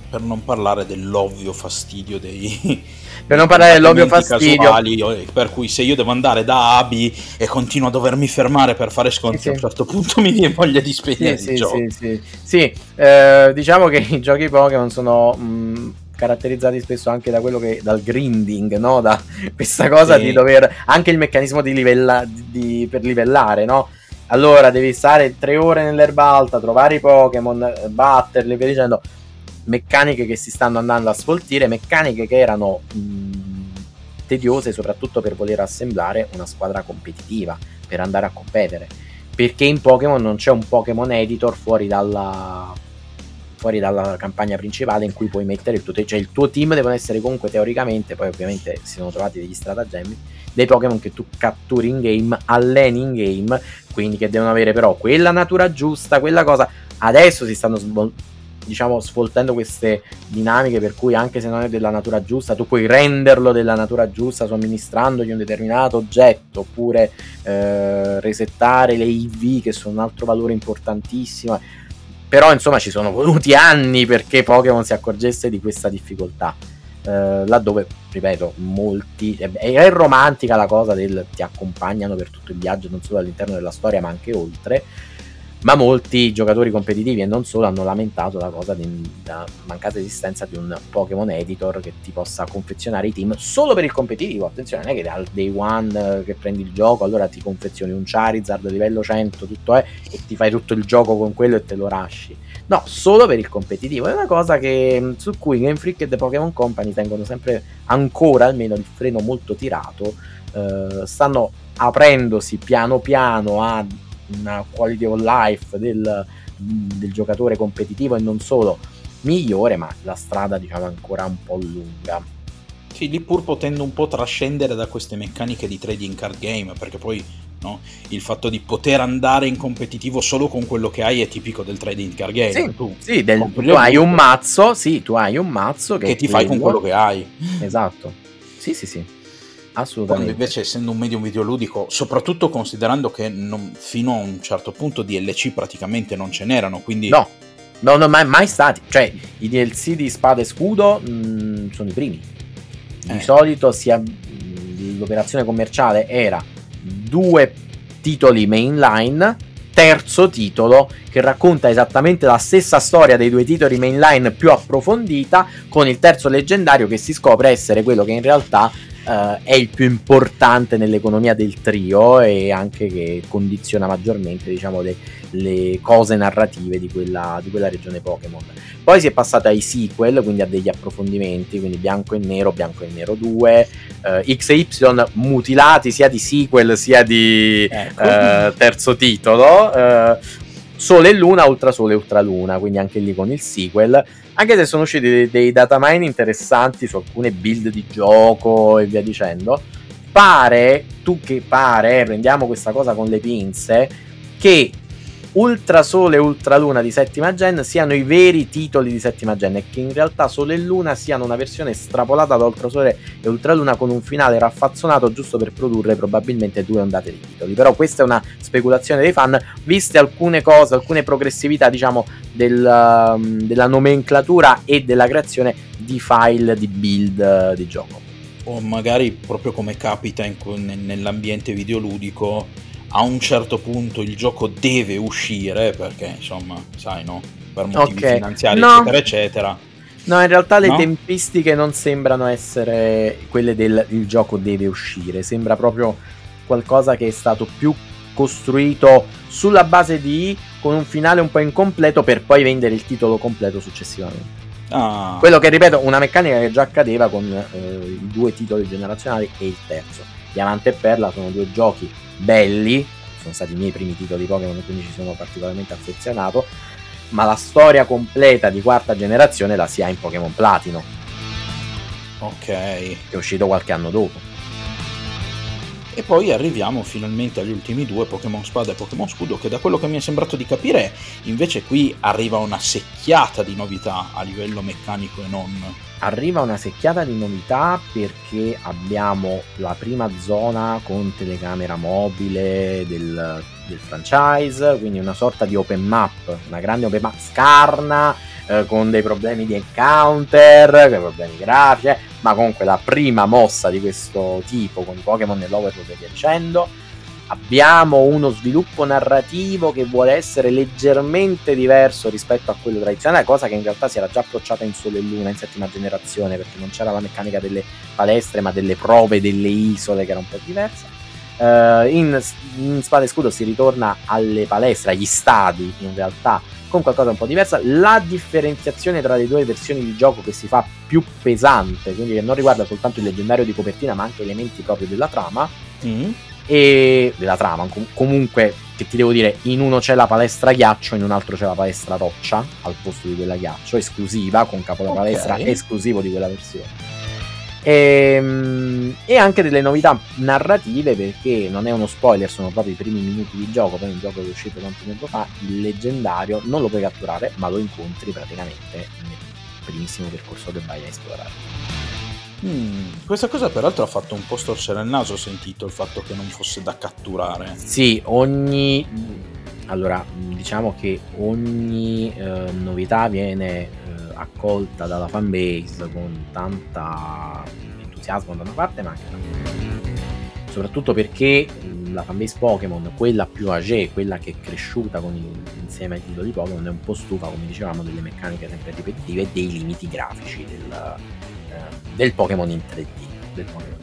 Per non parlare dell'ovvio fastidio dei... Per non parlare dell'ovvio fastidio. Casuali, per cui se io devo andare da A a B e continuo a dovermi fermare per fare sconti, sì, a un certo punto mi viene voglia di spegnere sì, il sì, gioco. Sì, sì, sì. Eh, diciamo che i giochi Pokémon sono... Mh, caratterizzati spesso anche da quello che dal grinding, no? Da questa cosa sì. di dover anche il meccanismo di livella di, per livellare, no? Allora devi stare tre ore nell'erba alta, trovare i Pokémon, batterli e via dicendo. Meccaniche che si stanno andando a sfoltire, meccaniche che erano mh, tediose soprattutto per voler assemblare una squadra competitiva, per andare a competere, perché in Pokémon non c'è un Pokémon editor fuori dalla fuori dalla campagna principale in cui puoi mettere il tuo team, cioè il tuo team devono essere comunque teoricamente, poi ovviamente si sono trovati degli stratagemmi, dei Pokémon che tu catturi in game, alleni in game, quindi che devono avere però quella natura giusta, quella cosa. Adesso si stanno svol- diciamo svoltando queste dinamiche per cui anche se non è della natura giusta tu puoi renderlo della natura giusta somministrandogli un determinato oggetto, oppure eh, resettare le I V che sono un altro valore importantissimo. Però insomma ci sono voluti anni perché Pokémon si accorgesse di questa difficoltà, eh, laddove, ripeto, molti è, è romantica la cosa del ti accompagnano per tutto il viaggio, non solo all'interno della storia ma anche oltre, ma molti giocatori competitivi e non solo hanno lamentato la cosa della mancata esistenza di un Pokémon editor che ti possa confezionare i team solo per il competitivo. Attenzione, non è che dal day one che prendi il gioco allora ti confezioni un Charizard livello cento, tutto è, e ti fai tutto il gioco con quello e te lo rasci. No, solo per il competitivo. È una cosa che su cui Game Freak e The Pokémon Company tengono sempre ancora almeno il freno molto tirato, eh, stanno aprendosi piano piano a una quality of life del, del giocatore competitivo e non solo migliore, ma la strada diciamo è ancora un po' lunga. Sì, lì pur potendo un po' trascendere da queste meccaniche di trading card game, perché poi no, il fatto di poter andare in competitivo solo con quello che hai è tipico del trading card game. Sì, tu, sì del, tu hai un mazzo, sì, tu hai un mazzo che, che ti fai con quello che hai. Esatto. Sì, sì, sì. Assolutamente. Quando invece, essendo un medium videoludico, soprattutto considerando che non, fino a un certo punto D L C praticamente non ce n'erano, quindi no, no, no, mai, mai stati. Cioè, i D L C di Spada e Scudo mh, sono i primi. Di eh. solito sia, mh, l'operazione commerciale era due titoli mainline, terzo titolo che racconta esattamente la stessa storia dei due titoli mainline più approfondita, con il terzo leggendario che si scopre essere quello che in realtà Uh, è il più importante nell'economia del trio e anche che condiziona maggiormente, diciamo, le, le cose narrative di quella, di quella regione Pokémon. Poi si è passata ai sequel, quindi a degli approfondimenti, quindi Bianco e Nero, Bianco e Nero due, uh, X e Y mutilati sia di sequel sia di ecco. uh, terzo titolo, uh, Sole e Luna, Ultrasole e Ultraluna, quindi anche lì con il sequel. Anche se sono usciti dei, dei datamine interessanti su alcune build di gioco e via dicendo, pare, tu che pare, prendiamo questa cosa con le pinze, che Ultrasole e Ultraluna di settima gen siano i veri titoli di settima gen e che in realtà Sole e Luna siano una versione estrapolata da Ultrasole e Ultraluna con un finale raffazzonato giusto per produrre probabilmente due ondate di titoli. Però questa è una speculazione dei fan, viste alcune cose, alcune progressività diciamo del, um, della nomenclatura e della creazione di file di build uh, di gioco. O magari proprio come capita in, nell'ambiente videoludico, a un certo punto il gioco deve uscire perché insomma sai no per motivi okay. finanziari no. eccetera eccetera no in realtà le no? tempistiche non sembrano essere quelle del il gioco deve uscire, sembra proprio qualcosa che è stato più costruito sulla base di con un finale un po' incompleto per poi vendere il titolo completo successivamente. ah. Quello che ripeto una meccanica che già accadeva con eh, i due titoli generazionali e il terzo. Diamante e Perla sono due giochi belli, sono stati i miei primi titoli Pokémon quindi ci sono particolarmente affezionato, ma la storia completa di quarta generazione la si ha in Pokémon Platino, ok, che è uscito qualche anno dopo. E poi arriviamo finalmente agli ultimi due, Pokémon Spada e Pokémon Scudo, che da quello che mi è sembrato di capire invece qui arriva una secchiata di novità a livello meccanico e non. Arriva una secchiata di novità perché abbiamo la prima zona con telecamera mobile del del franchise, quindi una sorta di open map, una grande open map scarna, eh, con dei problemi di encounter, dei problemi grafici, eh, ma comunque la prima mossa di questo tipo con i Pokémon nell'Overworld e via dicendo. Abbiamo uno sviluppo narrativo che vuole essere leggermente diverso rispetto a quello tradizionale, cosa che in realtà si era già approcciata in Sole e Luna in settima generazione, perché non c'era la meccanica delle palestre ma delle prove delle isole, che era un po' diversa. Uh, in, in Spada e Scudo si ritorna alle palestre, agli stadi in realtà, con qualcosa un po' diversa. La differenziazione tra le due versioni di gioco che si fa più pesante, quindi che non riguarda soltanto il leggendario di copertina ma anche elementi proprio della trama, mm. e della trama com- comunque, che ti devo dire, in uno c'è la palestra ghiaccio, in un altro c'è la palestra roccia al posto di quella ghiaccio, esclusiva, con capo da palestra okay. esclusivo di quella versione. E, e anche delle novità narrative, perché non è uno spoiler, sono proprio i primi minuti di gioco, poi un gioco che è uscito tanto tempo fa, il leggendario non lo puoi catturare ma lo incontri praticamente nel primissimo percorso che vai a esplorare. Mm, questa cosa peraltro ha fatto un po' storcere il naso, ho sentito, il fatto che non fosse da catturare. Sì, ogni allora diciamo che ogni eh, novità viene eh, accolta dalla fanbase con tanta entusiasmo da una parte, ma anche da... soprattutto perché la fanbase Pokémon, quella più age, quella che è cresciuta con il, insieme ai titoli Pokémon, è un po' stufa, come dicevamo, delle meccaniche sempre ripetitive e dei limiti grafici del del Pokémon in tre D, del Pokémon.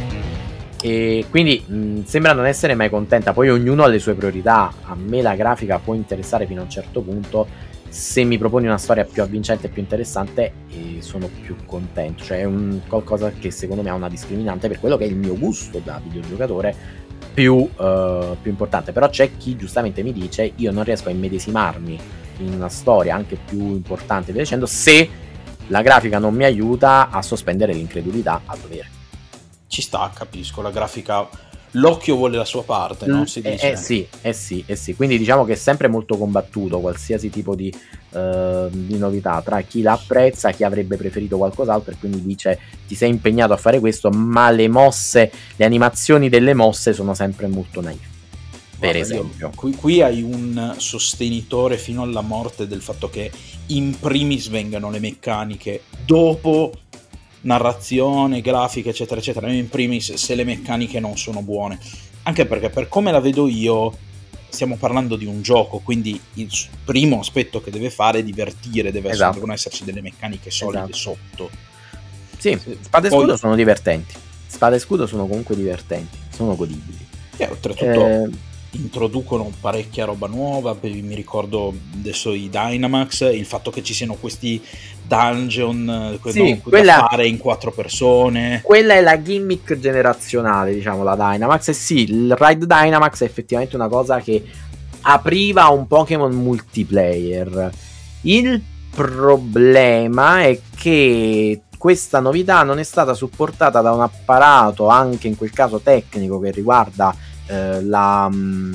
E quindi mh, sembra non essere mai contenta. Poi ognuno ha le sue priorità. A me la grafica può interessare fino a un certo punto. Se mi proponi una storia più avvincente e più interessante, eh, sono più contento. Cioè è un qualcosa che secondo me ha una discriminante per quello che è il mio gusto da videogiocatore più, uh, più importante. Però c'è chi giustamente mi dice: io non riesco a immedesimarmi in una storia anche più importante, via dicendo, se la grafica non mi aiuta a sospendere l'incredulità a dovere. Ci sta, capisco, la grafica, l'occhio vuole la sua parte, no? Si dice. Eh, eh sì, eh sì, eh sì. Quindi diciamo che è sempre molto combattuto qualsiasi tipo di, uh, di novità tra chi la apprezza, chi avrebbe preferito qualcos'altro e quindi dice ti sei impegnato a fare questo, ma le mosse, le animazioni delle mosse sono sempre molto naif. Per esempio, qui, qui hai un sostenitore fino alla morte del fatto che in primis vengano le meccaniche, dopo narrazione, grafica, eccetera, eccetera. In primis, se le meccaniche non sono buone, anche perché per come la vedo io stiamo parlando di un gioco, quindi il primo aspetto che deve fare è divertire, deve esatto. essere, devono esserci delle meccaniche solide esatto. sotto. Sì, Spada e Poi... Scudo sono divertenti. Spada e Scudo sono comunque divertenti, sono godibili. E oltretutto eh... introducono parecchia roba nuova. Mi ricordo adesso i Dynamax, il fatto che ci siano questi dungeon sì, no, quella, da fare in quattro persone. Quella è la gimmick generazionale, diciamo, la Dynamax. E sì, il Ride Dynamax è effettivamente una cosa che apriva un Pokémon multiplayer. Il problema è che questa novità non è stata supportata da un apparato, anche in quel caso tecnico, che riguarda eh, la,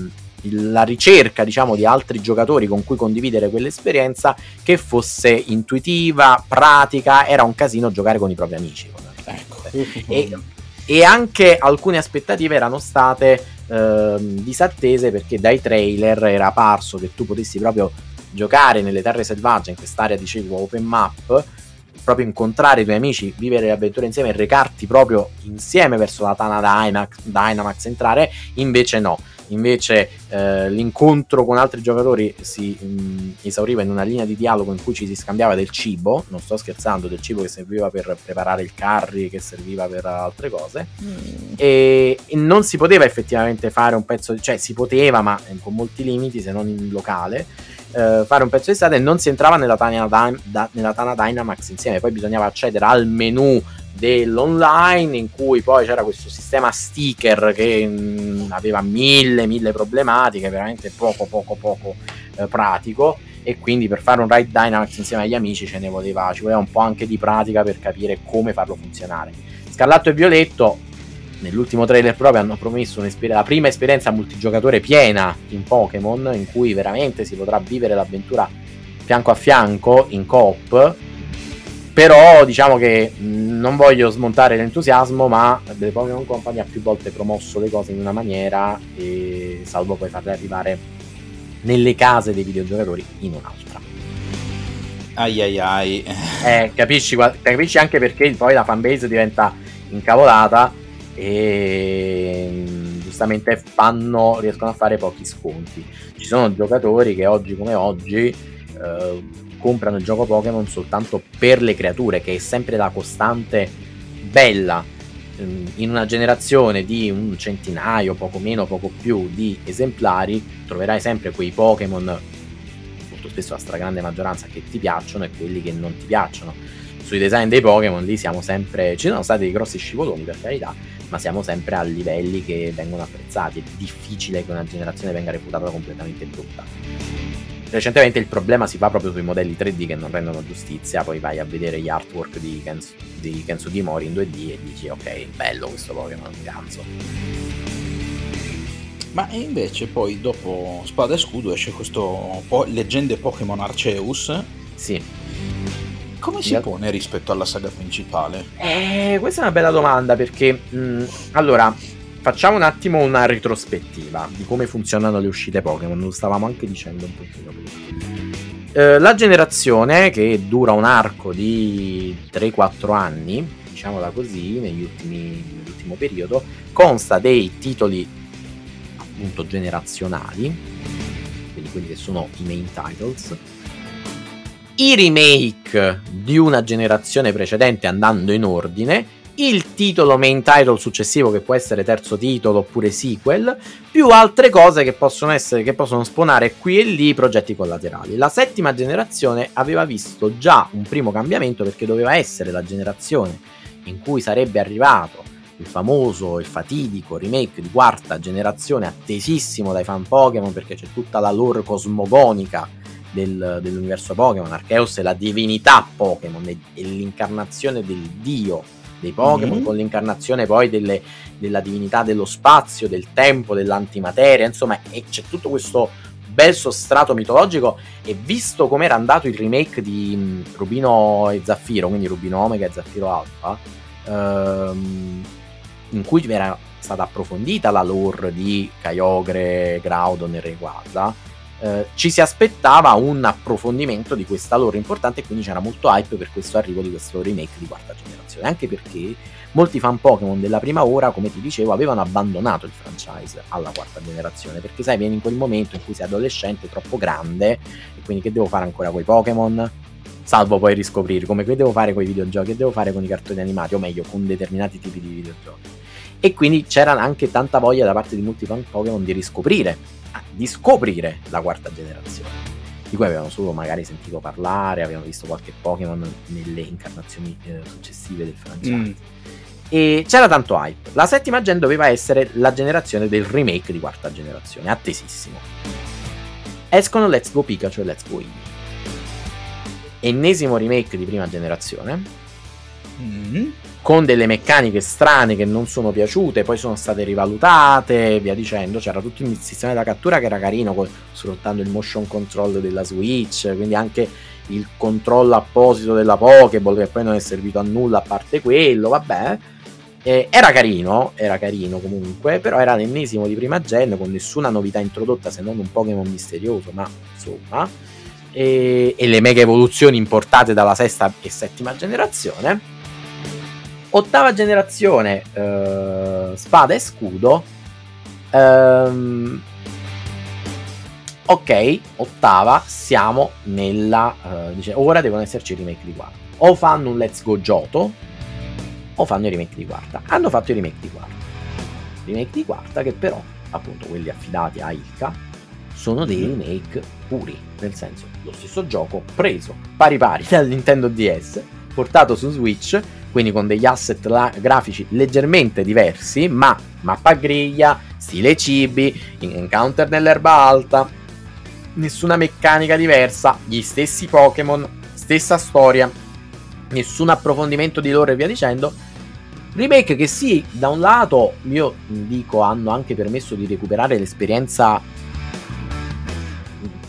la ricerca, diciamo, di altri giocatori con cui condividere quell'esperienza, che fosse intuitiva, pratica. Era un casino giocare con i propri amici, ecco. e, e anche alcune aspettative erano state eh, disattese, perché dai trailer era parso che tu potessi proprio giocare nelle terre selvagge, in quest'area, dicevo, open map, proprio incontrare i tuoi amici, vivere le avventure insieme e recarti proprio insieme verso la Tana Dynamax, Dynamax entrare. Invece no, invece eh, l'incontro con altri giocatori si mh, esauriva in una linea di dialogo in cui ci si scambiava del cibo, non sto scherzando, del cibo che serviva per preparare il curry, che serviva per altre cose, mm. e, e non si poteva effettivamente fare un pezzo, cioè si poteva, ma con molti limiti, se non in locale, eh, fare un pezzo di strada, e non si entrava nella Tana, da, nella Tana Dynamax insieme. Poi bisognava accedere al menu dell'online, in cui poi c'era questo sistema sticker che mh, aveva mille mille problematiche, veramente poco poco poco eh, pratico, e quindi per fare un Ride Dynamax insieme agli amici ce ne voleva, ci voleva un po' anche di pratica per capire come farlo funzionare. Scarlatto e Violetto nell'ultimo trailer proprio hanno promesso la prima esperienza multigiocatore piena in Pokémon, in cui veramente si potrà vivere l'avventura fianco a fianco in coop. però diciamo che mh, non voglio smontare l'entusiasmo, ma The Pokémon Company ha più volte promosso le cose in una maniera, e salvo poi farle arrivare nelle case dei videogiocatori in un'altra. Ai ai ai. Eh, capisci, capisci anche perché poi la fanbase diventa incavolata e giustamente fanno, riescono a fare pochi sconti. Ci sono giocatori che oggi come oggi eh, comprano il gioco Pokémon soltanto per le creature, che è sempre la costante bella. In una generazione di un centinaio, poco meno, poco più di esemplari, troverai sempre quei Pokémon, molto spesso la stragrande maggioranza, che ti piacciono e quelli che non ti piacciono. Sui design dei Pokémon lì siamo sempre, ci sono stati dei grossi scivoloni per carità, ma siamo sempre a livelli che vengono apprezzati. È difficile che una generazione venga reputata completamente brutta. Recentemente il problema si fa proprio sui modelli tre D che non rendono giustizia. Poi vai a vedere gli artwork di Ken, di Ken Sugimori in due D e dici ok, bello questo Pokémon, ganzo. Ma invece poi dopo Spada e Scudo esce questo po- Leggende Pokémon Arceus. Sì. Come si pone rispetto alla saga principale? Eh, questa è una bella domanda, perché mh, allora facciamo un attimo una retrospettiva di come funzionano le uscite Pokémon. Lo stavamo anche dicendo un pochino prima. Eh, la generazione, che dura un arco di tre quattro anni, diciamola così, negli ultimi, nell'ultimo periodo, consta dei titoli appunto generazionali, quindi quelli che sono i main titles, i remake di una generazione precedente andando in ordine, il titolo main title successivo che può essere terzo titolo oppure sequel, più altre cose che possono essere, che possono spawnare qui e lì progetti collaterali. La settima generazione aveva visto già un primo cambiamento, perché doveva essere la generazione in cui sarebbe arrivato il famoso, il fatidico remake di quarta generazione, attesissimo dai fan Pokémon, perché c'è tutta la lore cosmogonica Del, dell'universo Pokémon. Arceus è la divinità Pokémon, è, è l'incarnazione del dio dei Pokémon, mm-hmm. con l'incarnazione poi delle, della divinità dello spazio, del tempo, dell'antimateria, insomma, e c'è tutto questo bel sostrato mitologico. E visto come era andato il remake di mh, Rubino e Zaffiro, quindi Rubino Omega e Zaffiro Alpha, ehm, in cui era stata approfondita la lore di Kyogre, Groudon e Rayquaza, Uh, ci si aspettava un approfondimento di questa lore importante, e quindi c'era molto hype per questo arrivo di questo remake di quarta generazione, anche perché molti fan Pokémon della prima ora, come ti dicevo, avevano abbandonato il franchise alla quarta generazione, perché sai, vieni in quel momento in cui sei adolescente, troppo grande, e quindi che devo fare ancora con i Pokémon? Salvo poi riscoprire come che devo fare con i videogiochi, che devo fare con i cartoni animati, o meglio con determinati tipi di videogiochi. E quindi c'era anche tanta voglia da parte di molti fan Pokémon di riscoprire di scoprire la quarta generazione, di cui avevano solo magari sentito parlare, avevano visto qualche Pokémon nelle incarnazioni eh, successive del franchise, mm. e c'era tanto hype. La settima gen doveva essere la generazione del remake di quarta generazione, attesissimo. Escono Let's Go Pikachu e Let's Go Eevee, ennesimo remake di prima generazione, mm. con delle meccaniche strane che non sono piaciute, poi sono state rivalutate e via dicendo. C'era tutto il sistema della cattura che era carino, con, sfruttando il motion control della Switch, quindi anche il controllo apposito della Pokéball, che poi non è servito a nulla a parte quello, vabbè. Eh, era carino, era carino comunque, però era l'ennesimo di prima gen, con nessuna novità introdotta se non un Pokémon misterioso, ma insomma, e, e le mega evoluzioni importate dalla sesta e settima generazione. Ottava generazione, uh, Spada e Scudo, um, ok, ottava, siamo nella, uh, dice, ora devono esserci i remake di quarta, o fanno un Let's Go Johto o fanno i remake di quarta. Hanno fatto i remake di quarta, remake di quarta che però, appunto, quelli affidati a Ilka, sono dei remake puri, nel senso, lo stesso gioco preso pari pari dal Nintendo D S, portato su Switch, quindi con degli asset la- grafici leggermente diversi, ma mappa a griglia, stile cibi, encounter nell'erba alta, nessuna meccanica diversa, gli stessi Pokémon, stessa storia, nessun approfondimento di lore e via dicendo. Remake che sì, da un lato io dico hanno anche permesso di recuperare l'esperienza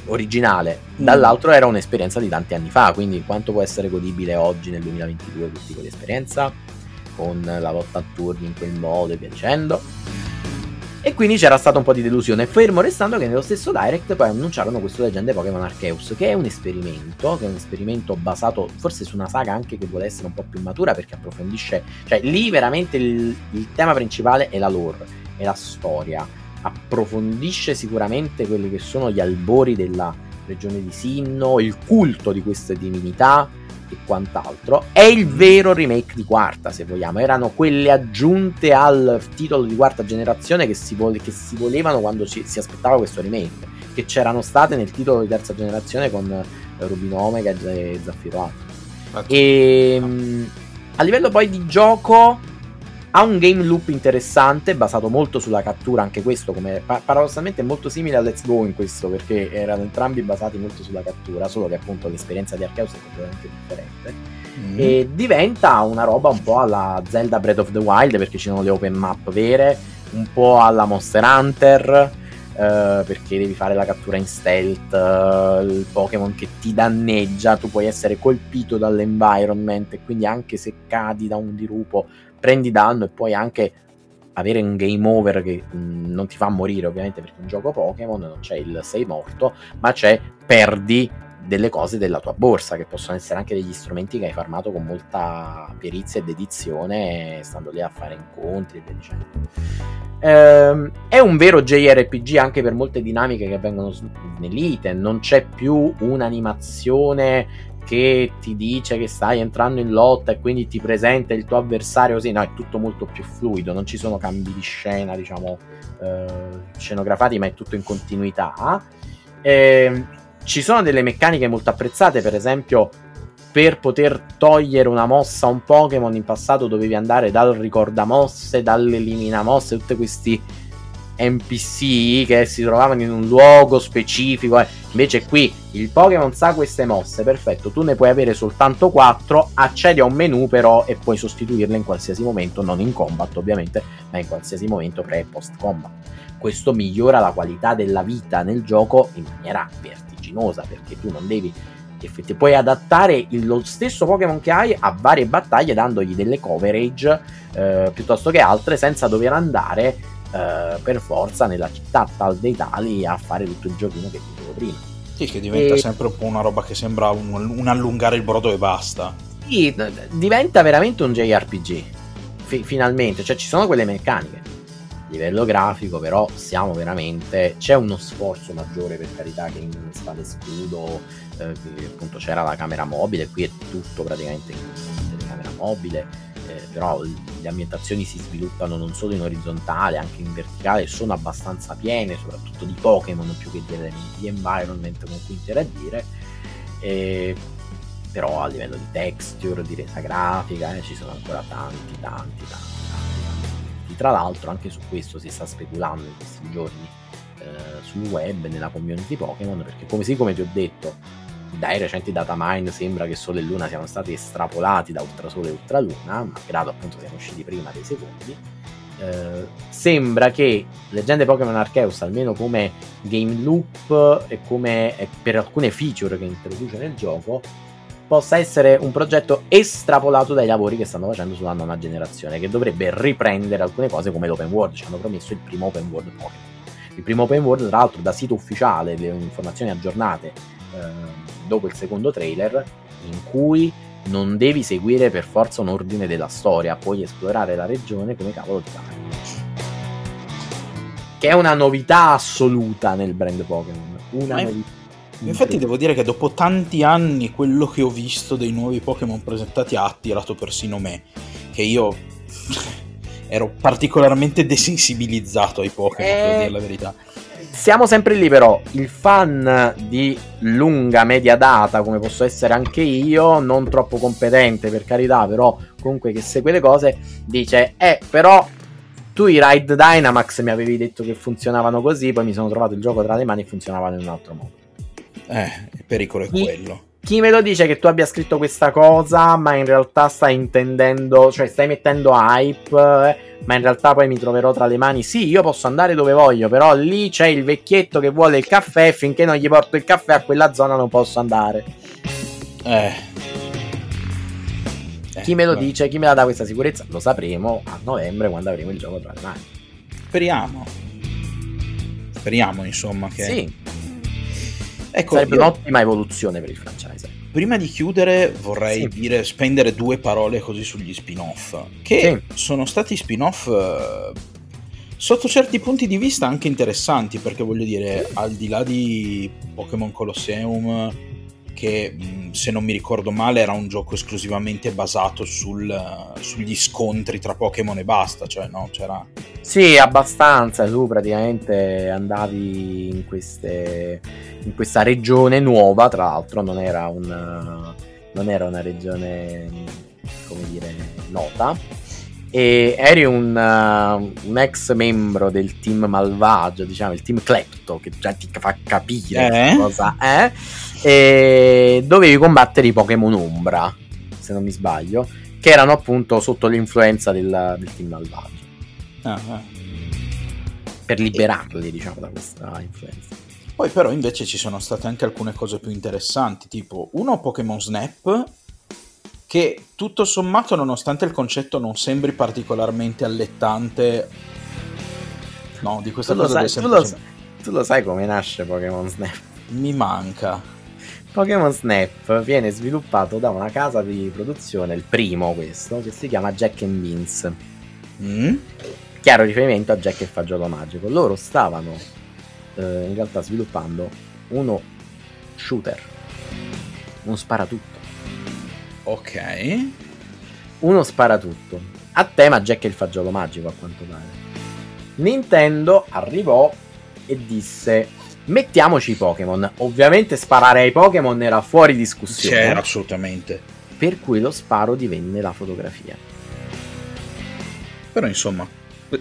originale, dall'altro era un'esperienza di tanti anni fa, quindi quanto può essere godibile oggi nel duemilaventidue quel tipo di esperienza con la lotta a turni in quel modo e via dicendo. E quindi c'era stata un po' di delusione, fermo restando che nello stesso Direct poi annunciarono questo Leggende Pokémon Arceus, che è un esperimento, che è un esperimento basato forse su una saga anche che vuole essere un po' più matura, perché approfondisce, cioè lì veramente il, il tema principale è la lore, è la storia, approfondisce sicuramente quelli che sono gli albori della regione di Sinnoh, il culto di queste divinità e quant'altro. È il vero remake di quarta, se vogliamo, erano quelle aggiunte al titolo di quarta generazione che si, vole- che si volevano quando ci- si aspettava questo remake, che c'erano state nel titolo di terza generazione con eh, Rubino Omega e Zaffiro Alto. E mh, a livello poi di gioco ha un game loop interessante basato molto sulla cattura, anche questo come pa- paradossalmente è molto simile a Let's Go in questo, perché erano entrambi basati molto sulla cattura, solo che appunto l'esperienza di Arceus è completamente differente. Mm. E diventa una roba un po' alla Zelda Breath of the Wild, perché ci sono le open map vere, un po' alla Monster Hunter, Uh, perché devi fare la cattura in stealth, uh, il Pokémon che ti danneggia, tu puoi essere colpito dall'environment e quindi anche se cadi da un dirupo prendi danno e puoi anche avere un game over che mh, non ti fa morire, ovviamente, perché è un gioco Pokémon, non c'è il sei morto, ma c'è perdi delle cose della tua borsa, che possono essere anche degli strumenti che hai farmato con molta perizia e dedizione stando lì a fare incontri e via dicendo. Ehm, è un vero J R P G anche per molte dinamiche che avvengono nell'ite, non c'è più un'animazione che ti dice che stai entrando in lotta e quindi ti presenta il tuo avversario così, no, è tutto molto più fluido, non ci sono cambi di scena, diciamo, eh, scenografati, ma è tutto in continuità. Ehm, ci sono delle meccaniche molto apprezzate, per esempio per poter togliere una mossa a un Pokémon in passato dovevi andare dal ricordamosse, dall'eliminamosse, tutti questi N P C che si trovavano in un luogo specifico, eh. Invece qui il Pokémon sa queste mosse, perfetto, tu ne puoi avere soltanto quattro, accedi a un menu però e puoi sostituirle in qualsiasi momento, non in combat ovviamente, ma in qualsiasi momento pre e post combat. Questo migliora la qualità della vita nel gioco in maniera vertiginosa, perché tu non devi effettivamente, puoi adattare il, lo stesso Pokémon che hai a varie battaglie dandogli delle coverage eh, piuttosto che altre, senza dover andare eh, per forza nella città tal dei tali a fare tutto il giochino che dicevo prima. Sì, che diventa e... sempre un po' una roba che sembra un, un allungare il brodo e basta. Sì, diventa veramente un J R P G F- finalmente, cioè ci sono quelle meccaniche. A livello grafico però siamo veramente, c'è uno sforzo maggiore, per carità, che in Spade e Scudo eh, che appunto c'era la camera mobile, qui è tutto praticamente in telecamera mobile, eh, però le ambientazioni si sviluppano non solo in orizzontale, anche in verticale, sono abbastanza piene, soprattutto di Pokémon più che di elementi di environment con cui interagire, eh, però a livello di texture, di resa grafica eh, ci sono ancora tanti tanti tanti Tra l'altro anche su questo si sta speculando in questi giorni eh, sul web, nella community Pokémon, perché come sì, come ti ho detto, dai recenti datamine sembra che Sole e Luna siano stati estrapolati da Ultrasole e Ultraluna, malgrado appunto siano usciti prima dei secondi. Eh, sembra che Leggende Pokémon Arceus, almeno come game loop e come eh, per alcune feature che introduce nel gioco, possa essere un progetto estrapolato dai lavori che stanno facendo sulla nona generazione, che dovrebbe riprendere alcune cose come l'open world. Ci hanno promesso il primo open world Pokémon. Il primo open world, tra l'altro, da sito ufficiale, le informazioni aggiornate eh, dopo il secondo trailer, in cui non devi seguire per forza un ordine della storia, puoi esplorare la regione come cavolo ti pare. Che è una novità assoluta nel brand Pokémon. Una Ma novità. Infatti devo dire che dopo tanti anni quello che ho visto dei nuovi Pokémon presentati ha attirato persino me, che io ero particolarmente desensibilizzato ai Pokémon, eh, per dire la verità. Siamo sempre lì però, il fan di lunga media data come posso essere anche io, non troppo competente per carità, però comunque che segue le cose, dice eh però tu i Ride Dynamax mi avevi detto che funzionavano così, poi mi sono trovato il gioco tra le mani e funzionavano in un altro modo. Eh, il pericolo è chi, quello. Chi me lo dice che tu abbia scritto questa cosa, ma in realtà stai intendendo, cioè stai mettendo hype, eh, ma in realtà poi mi troverò tra le mani, sì, io posso andare dove voglio, però lì c'è il vecchietto che vuole il caffè, finché non gli porto il caffè a quella zona non posso andare. Eh. Chi me lo beh. dice, chi me la dà questa sicurezza? Lo sapremo a novembre quando avremo il gioco tra le mani. Speriamo. Speriamo, insomma, che... Sì. Ecco, sarebbe io... un'ottima evoluzione per il franchise. Prima di chiudere vorrei sì. dire, spendere due parole così sugli spin-off, che sì. sono stati spin-off eh, sotto certi punti di vista anche interessanti, perché voglio dire, al di là di Pokémon Colosseum, che se non mi ricordo male era un gioco esclusivamente basato sul, sugli scontri tra Pokémon e basta, cioè no, c'era... Sì, abbastanza, tu praticamente andavi in queste in questa regione nuova, tra l'altro non era un non era una regione, come dire, nota, e eri un, uh, un ex membro del team malvagio, diciamo il team Klepto, che già ti fa capire eh? cosa è, e dovevi combattere i Pokémon Ombra, se non mi sbaglio, che erano appunto sotto l'influenza del, del team malvagio. Ah, ah. Per liberarli, diciamo, da questa influenza. Poi però invece ci sono state anche alcune cose più interessanti, tipo uno Pokémon Snap, che tutto sommato, nonostante il concetto non sembri particolarmente allettante, no, di questa tu cosa lo del sai, tu, lo, tu lo sai come nasce Pokémon Snap? Mi manca. Pokémon Snap viene sviluppato da una casa di produzione, il primo questo, che si chiama Jack and Beans. Mm? Chiaro riferimento a Jack e il fagiolo magico. Loro stavano eh, in realtà sviluppando uno shooter, uno sparatutto. Ok. Uno sparatutto a tema Jack e il fagiolo magico, a quanto pare. Nintendo arrivò e disse: mettiamoci i Pokémon. Ovviamente sparare ai Pokémon era fuori discussione. C'era, assolutamente. Per cui lo sparo divenne la fotografia. Però insomma,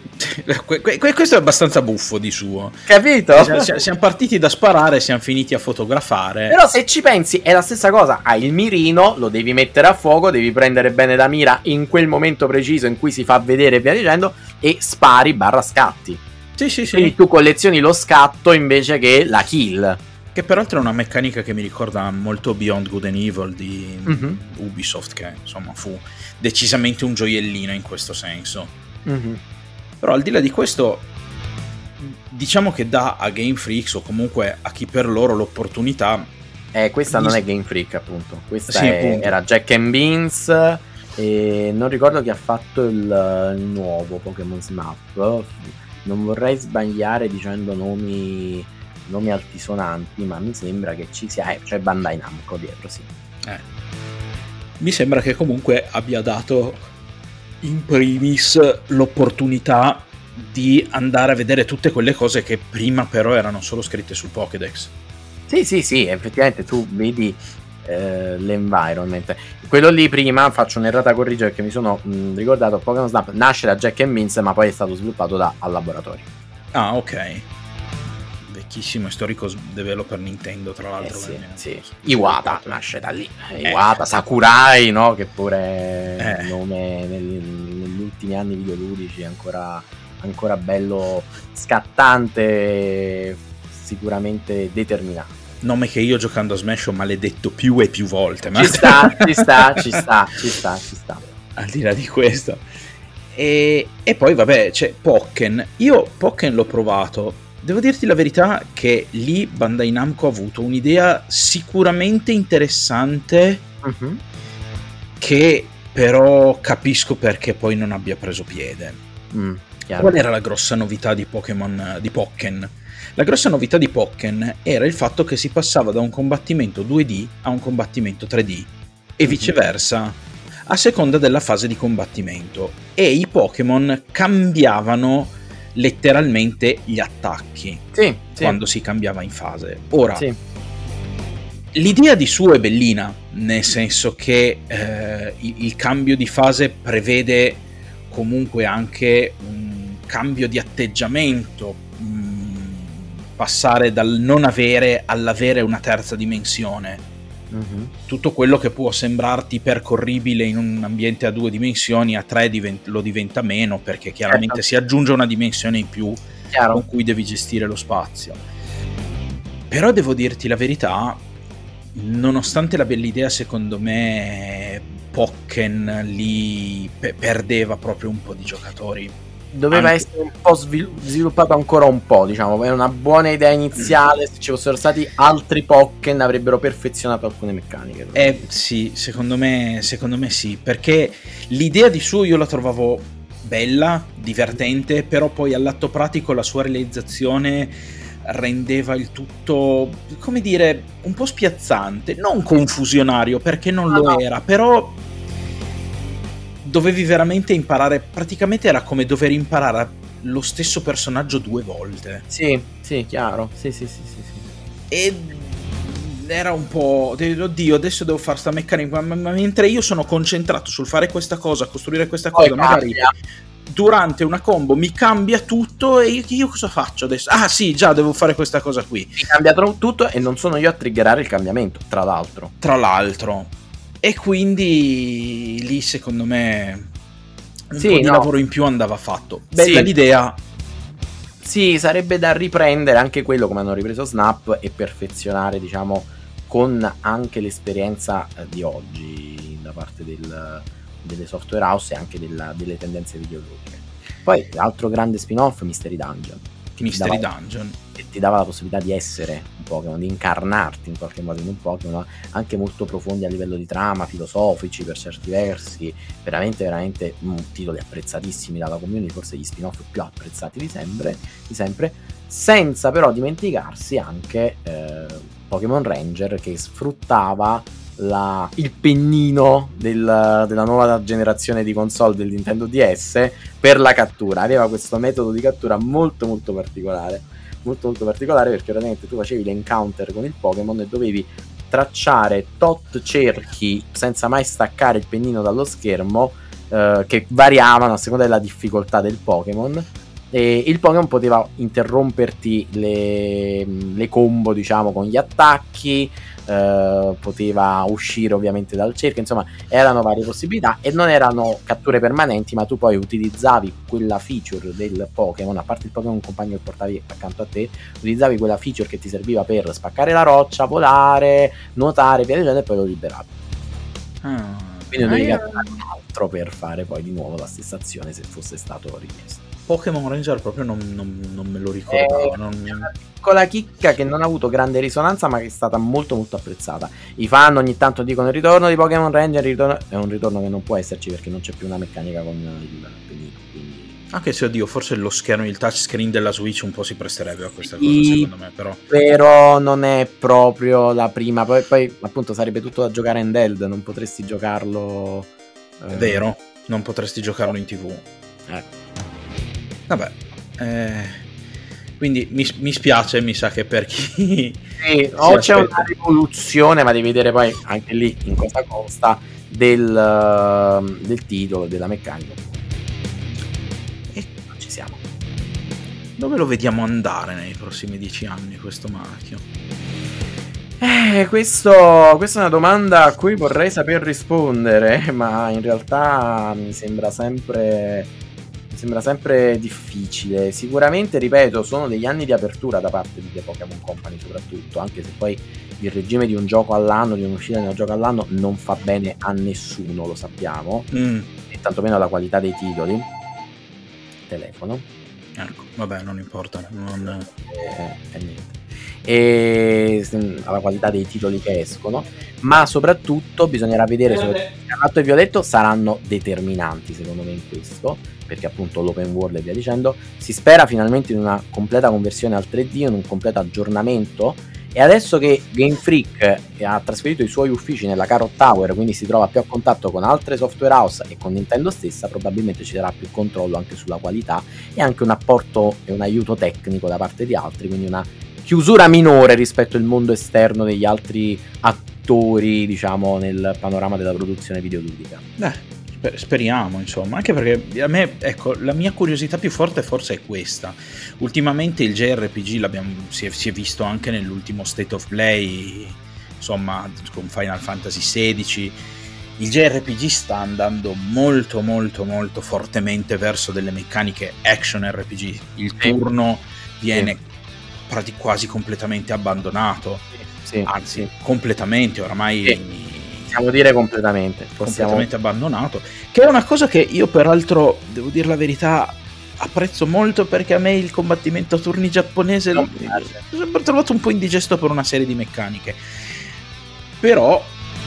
questo è abbastanza buffo di suo, capito? Siamo partiti da sparare, siamo finiti a fotografare. Però se ci pensi è la stessa cosa. Hai il mirino, lo devi mettere a fuoco, devi prendere bene da mira in quel momento preciso in cui si fa vedere e via dicendo, e spari barra scatti. Sì, sì, sì. Quindi tu collezioni lo scatto invece che la kill, che peraltro è una meccanica che mi ricorda molto Beyond Good and Evil di mm-hmm. Ubisoft, che insomma fu decisamente un gioiellino in questo senso. Mm-hmm. Però al di là di questo, diciamo che dà a Game Freak, o comunque a chi per loro l'opportunità, eh, questa di... non è Game Freak appunto, questa sì, è, era Jack and Beans, e non ricordo chi ha fatto il, il nuovo Pokémon Snap, non vorrei sbagliare dicendo nomi nomi altisonanti, ma mi sembra che ci sia, eh, cioè Bandai Namco dietro, sì. Eh. Mi sembra che comunque abbia dato in primis l'opportunità di andare a vedere tutte quelle cose che prima però erano solo scritte sul Pokédex. Sì, sì, sì, effettivamente tu vedi eh, l'environment. Quello lì prima, faccio un'errata corriggere perché mi sono mh, ricordato, Pokémon Snap nasce da Jack and Beans, ma poi è stato sviluppato da al laboratorio. Ah, ok. Vecchissimo e storico developer Nintendo, tra l'altro. Eh sì, sì. Iwata nasce da lì. Iwata, eh. Sakurai, no? Che pure è un nome negli, negli ultimi anni videoludici ancora, ancora bello scattante, sicuramente determinato. Nome che io giocando a Smash ho maledetto più e più volte. Ma... Ci sta, ci sta, ci sta, ci sta, ci sta. Al di là di questo. E, e poi vabbè, c'è Pokken. Io Pokken l'ho provato. Devo dirti la verità che lì Bandai Namco ha avuto un'idea sicuramente interessante, uh-huh. che però capisco perché poi non abbia preso piede. Mm, Qual era la grossa novità di Pokémon, di Pokken? La grossa novità di Pokken era il fatto che si passava da un combattimento due D a un combattimento tre D e uh-huh. viceversa, a seconda della fase di combattimento, e i Pokémon cambiavano letteralmente gli attacchi sì, quando sì. si cambiava in fase. Ora sì. l'idea di suo è bellina, nel senso che eh, il, il cambio di fase prevede comunque anche un cambio di atteggiamento, mh, passare dal non avere all'avere una terza dimensione, Mm-hmm. Tutto quello che può sembrarti percorribile in un ambiente a due dimensioni, a tre divent- lo diventa meno, perché chiaramente certo. si aggiunge una dimensione in più Chiaro. con cui devi gestire lo spazio. Però devo dirti la verità, nonostante la bella idea, secondo me Pokken lì pe- perdeva proprio un po' di giocatori. Doveva Anche... essere un po' svil- sviluppato ancora un po', diciamo, è una buona idea iniziale, se ci fossero stati altri Pokken avrebbero perfezionato alcune meccaniche. Eh sì, secondo me, secondo me sì, perché l'idea di suo io la trovavo bella, divertente, però poi all'atto pratico la sua realizzazione rendeva il tutto, come dire, un po' spiazzante, non confusionario, perché non lo no. era, però dovevi veramente imparare, praticamente era come dover imparare lo stesso personaggio due volte. Sì, sì, chiaro, sì, sì, sì, sì, sì. E era un po', oddio, adesso devo fare sta meccanica, ma mentre io sono concentrato sul fare questa cosa, costruire questa Poi cosa, magari cambia. Durante una combo mi cambia tutto e io, io cosa faccio adesso? Ah sì, già devo fare questa cosa qui. Mi cambia tutto e non sono io a triggerare il cambiamento, tra l'altro. Tra l'altro. E quindi lì secondo me un sì, po' di no. lavoro in più andava fatto. Bella sì. l'idea. Sì, sarebbe da riprendere anche quello come hanno ripreso Snap e perfezionare, diciamo, con anche l'esperienza di oggi da parte del, delle software house e anche della, delle tendenze videoludiche. Poi altro grande spin-off, Mystery Dungeon. Mystery Dungeon che ti dava la possibilità di essere un Pokémon, di incarnarti in qualche modo in un Pokémon, anche molto profondi a livello di trama, filosofici per certi versi, veramente veramente mm, titoli apprezzatissimi dalla community, forse gli spin-off più apprezzati di sempre, di sempre senza però dimenticarsi anche eh, Pokémon Ranger, che sfruttava la, il pennino del, della nuova generazione di console del Nintendo D S per la cattura. Aveva questo metodo di cattura molto molto particolare, molto molto particolare perché veramente tu facevi l'encounter con il Pokémon e dovevi tracciare tot cerchi senza mai staccare il pennino dallo schermo, eh, che variavano a seconda della difficoltà del Pokémon, e il Pokémon poteva interromperti le, le combo, diciamo, con gli attacchi, Uh, poteva uscire ovviamente dal cerchio, insomma erano varie possibilità e non erano catture permanenti, ma tu poi utilizzavi quella feature del Pokémon, a parte il Pokémon compagno che portavi accanto a te, utilizzavi quella feature che ti serviva per spaccare la roccia, volare, nuotare, via dicendo, e poi lo liberavi. ah, quindi dovevi io... catturare un altro per fare poi di nuovo la stessa azione se fosse stato richiesto. Pokémon Ranger proprio non, non, non me lo ricordavo. Eh, non... Con la chicca che non ha avuto grande risonanza, ma che è stata molto molto apprezzata. I fan ogni tanto dicono il ritorno di Pokémon Ranger, il ritorno... è un ritorno che non può esserci perché non c'è più una meccanica con il pennino, quindi... anche se oddio, forse lo schermo, il touchscreen della Switch un po' si presterebbe a questa cosa, I... secondo me, però però non è proprio la prima, poi, poi appunto sarebbe tutto da giocare handheld, non potresti giocarlo è eh... vero, non potresti giocarlo in tv. Eh. Vabbè, eh... quindi mi, mi spiace, mi sa che per chi sì, o c'è una rivoluzione, ma devi vedere poi anche lì in cosa consta del, del titolo, della meccanica, e non ci siamo. Dove lo vediamo andare nei prossimi dieci anni questo marchio? Eh, questo, questa è una domanda a cui vorrei saper rispondere, ma in realtà mi sembra sempre mi sembra sempre difficile. Sicuramente, ripeto, sono degli anni di apertura da parte di The Pokémon Company soprattutto, anche se poi il regime di un gioco all'anno, di un'uscita di un gioco all'anno non fa bene a nessuno, lo sappiamo, mm. e tantomeno alla qualità dei titoli. Telefono. Ecco, vabbè, non importa, non... Eh, è niente. E alla qualità dei titoli che escono, ma soprattutto bisognerà vedere se Scarlatto e Violetto saranno determinanti secondo me in questo, perché appunto l'open world e via dicendo. Si spera finalmente in una completa conversione al tre D, in un completo aggiornamento, e adesso che Game Freak ha trasferito i suoi uffici nella Carrot Tower, quindi si trova più a contatto con altre software house e con Nintendo stessa, probabilmente ci sarà più controllo anche sulla qualità e anche un apporto e un aiuto tecnico da parte di altri, quindi una chiusura minore rispetto al mondo esterno degli altri attori, diciamo, nel panorama della produzione videoludica. Beh, speriamo, insomma, anche perché a me, ecco, la mia curiosità più forte forse è questa. Ultimamente il J R P G l'abbiamo, si è, si è visto anche nell'ultimo State of Play, insomma, con Final Fantasy sedici, il J R P G sta andando molto molto molto fortemente verso delle meccaniche action R P G. Il turno viene sì. prati- quasi completamente abbandonato, sì, anzi sì. completamente oramai sì. possiamo dire completamente possiamo... completamente abbandonato, che è una cosa che io peraltro, devo dire la verità, apprezzo molto, perché a me il combattimento a turni giapponese l'ho sempre trovato un po' indigesto per una serie di meccaniche. Però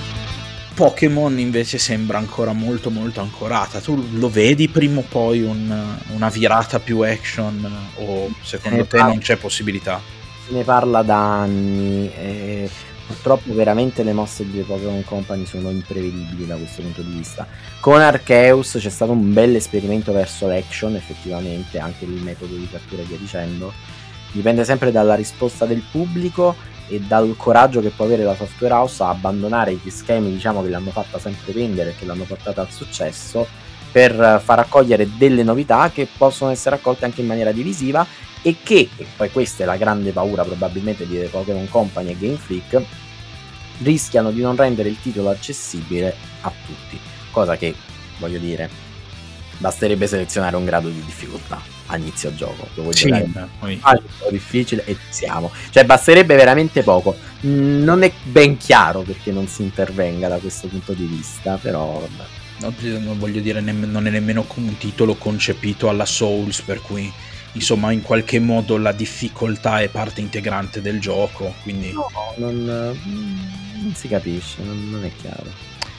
Pokémon invece sembra ancora molto molto ancorata. Tu lo vedi prima o poi un, una virata più action, o secondo te non c'è possibilità? Se ne parla da anni e purtroppo veramente le mosse di Pokémon Company sono imprevedibili da questo punto di vista. Con Arceus c'è stato un bel esperimento verso l'action, effettivamente, anche il metodo di cattura e via dicendo. Dipende sempre dalla risposta del pubblico e dal coraggio che può avere la software house a abbandonare gli schemi, diciamo, che l'hanno fatta sempre vendere e che l'hanno portata al successo, per far accogliere delle novità che possono essere accolte anche in maniera divisiva, e che, e poi questa è la grande paura probabilmente di Pokémon Company e Game Freak, rischiano di non rendere il titolo accessibile a tutti, cosa che, voglio dire, basterebbe selezionare un grado di difficoltà a inizio gioco, lo vuoi sì, poi difficile e siamo, cioè basterebbe veramente poco. Non è ben chiaro perché non si intervenga da questo punto di vista, però vabbè. Non voglio dire, non è nemmeno un titolo concepito alla Souls, per cui insomma in qualche modo la difficoltà è parte integrante del gioco, quindi no, non, non si capisce, non, non è chiaro.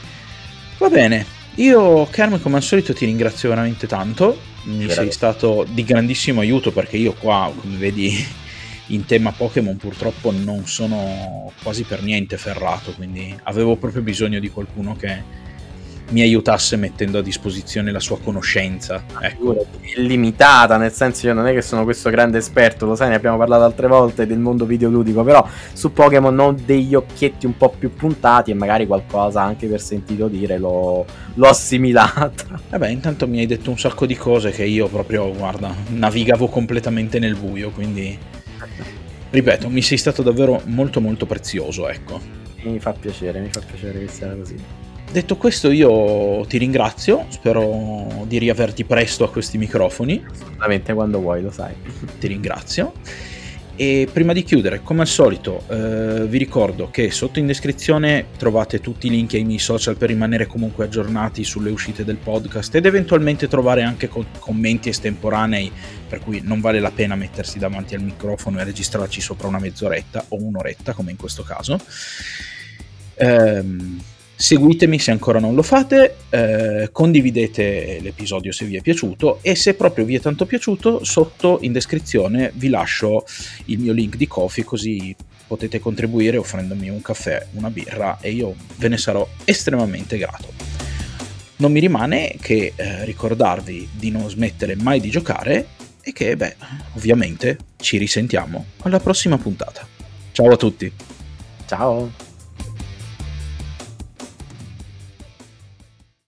Va bene, io Carmen come al solito ti ringrazio veramente tanto, mi sei stato di grandissimo aiuto, perché io qua, come vedi, in tema Pokémon purtroppo non sono quasi per niente ferrato, quindi avevo proprio bisogno di qualcuno che mi aiutasse mettendo a disposizione la sua conoscenza, ecco. È limitata, nel senso, io non è che sono questo grande esperto, lo sai, ne abbiamo parlato altre volte del mondo videoludico, però su Pokémon ho degli occhietti un po' più puntati e magari qualcosa anche per sentito dire l'ho, l'ho assimilata. Vabbè, intanto mi hai detto un sacco di cose che io proprio, guarda, navigavo completamente nel buio, quindi ripeto, mi sei stato davvero molto molto prezioso, ecco. Mi fa piacere, mi fa piacere che sia così. Detto questo, io ti ringrazio, spero di riaverti presto a questi microfoni. Assolutamente, quando vuoi, lo sai. Ti ringrazio. E prima di chiudere, come al solito, eh, vi ricordo che sotto in descrizione trovate tutti i link ai miei social per rimanere comunque aggiornati sulle uscite del podcast ed eventualmente trovare anche co- commenti estemporanei, per cui non vale la pena mettersi davanti al microfono e registrarci sopra una mezz'oretta o un'oretta, come in questo caso. Ehm... Seguitemi se ancora non lo fate, eh, condividete l'episodio se vi è piaciuto, e se proprio vi è tanto piaciuto, sotto in descrizione vi lascio il mio link di Ko-fi, così potete contribuire offrendomi un caffè, una birra, e io ve ne sarò estremamente grato. Non mi rimane che eh, ricordarvi di non smettere mai di giocare e che, beh, ovviamente ci risentiamo alla prossima puntata. Ciao a tutti. Ciao.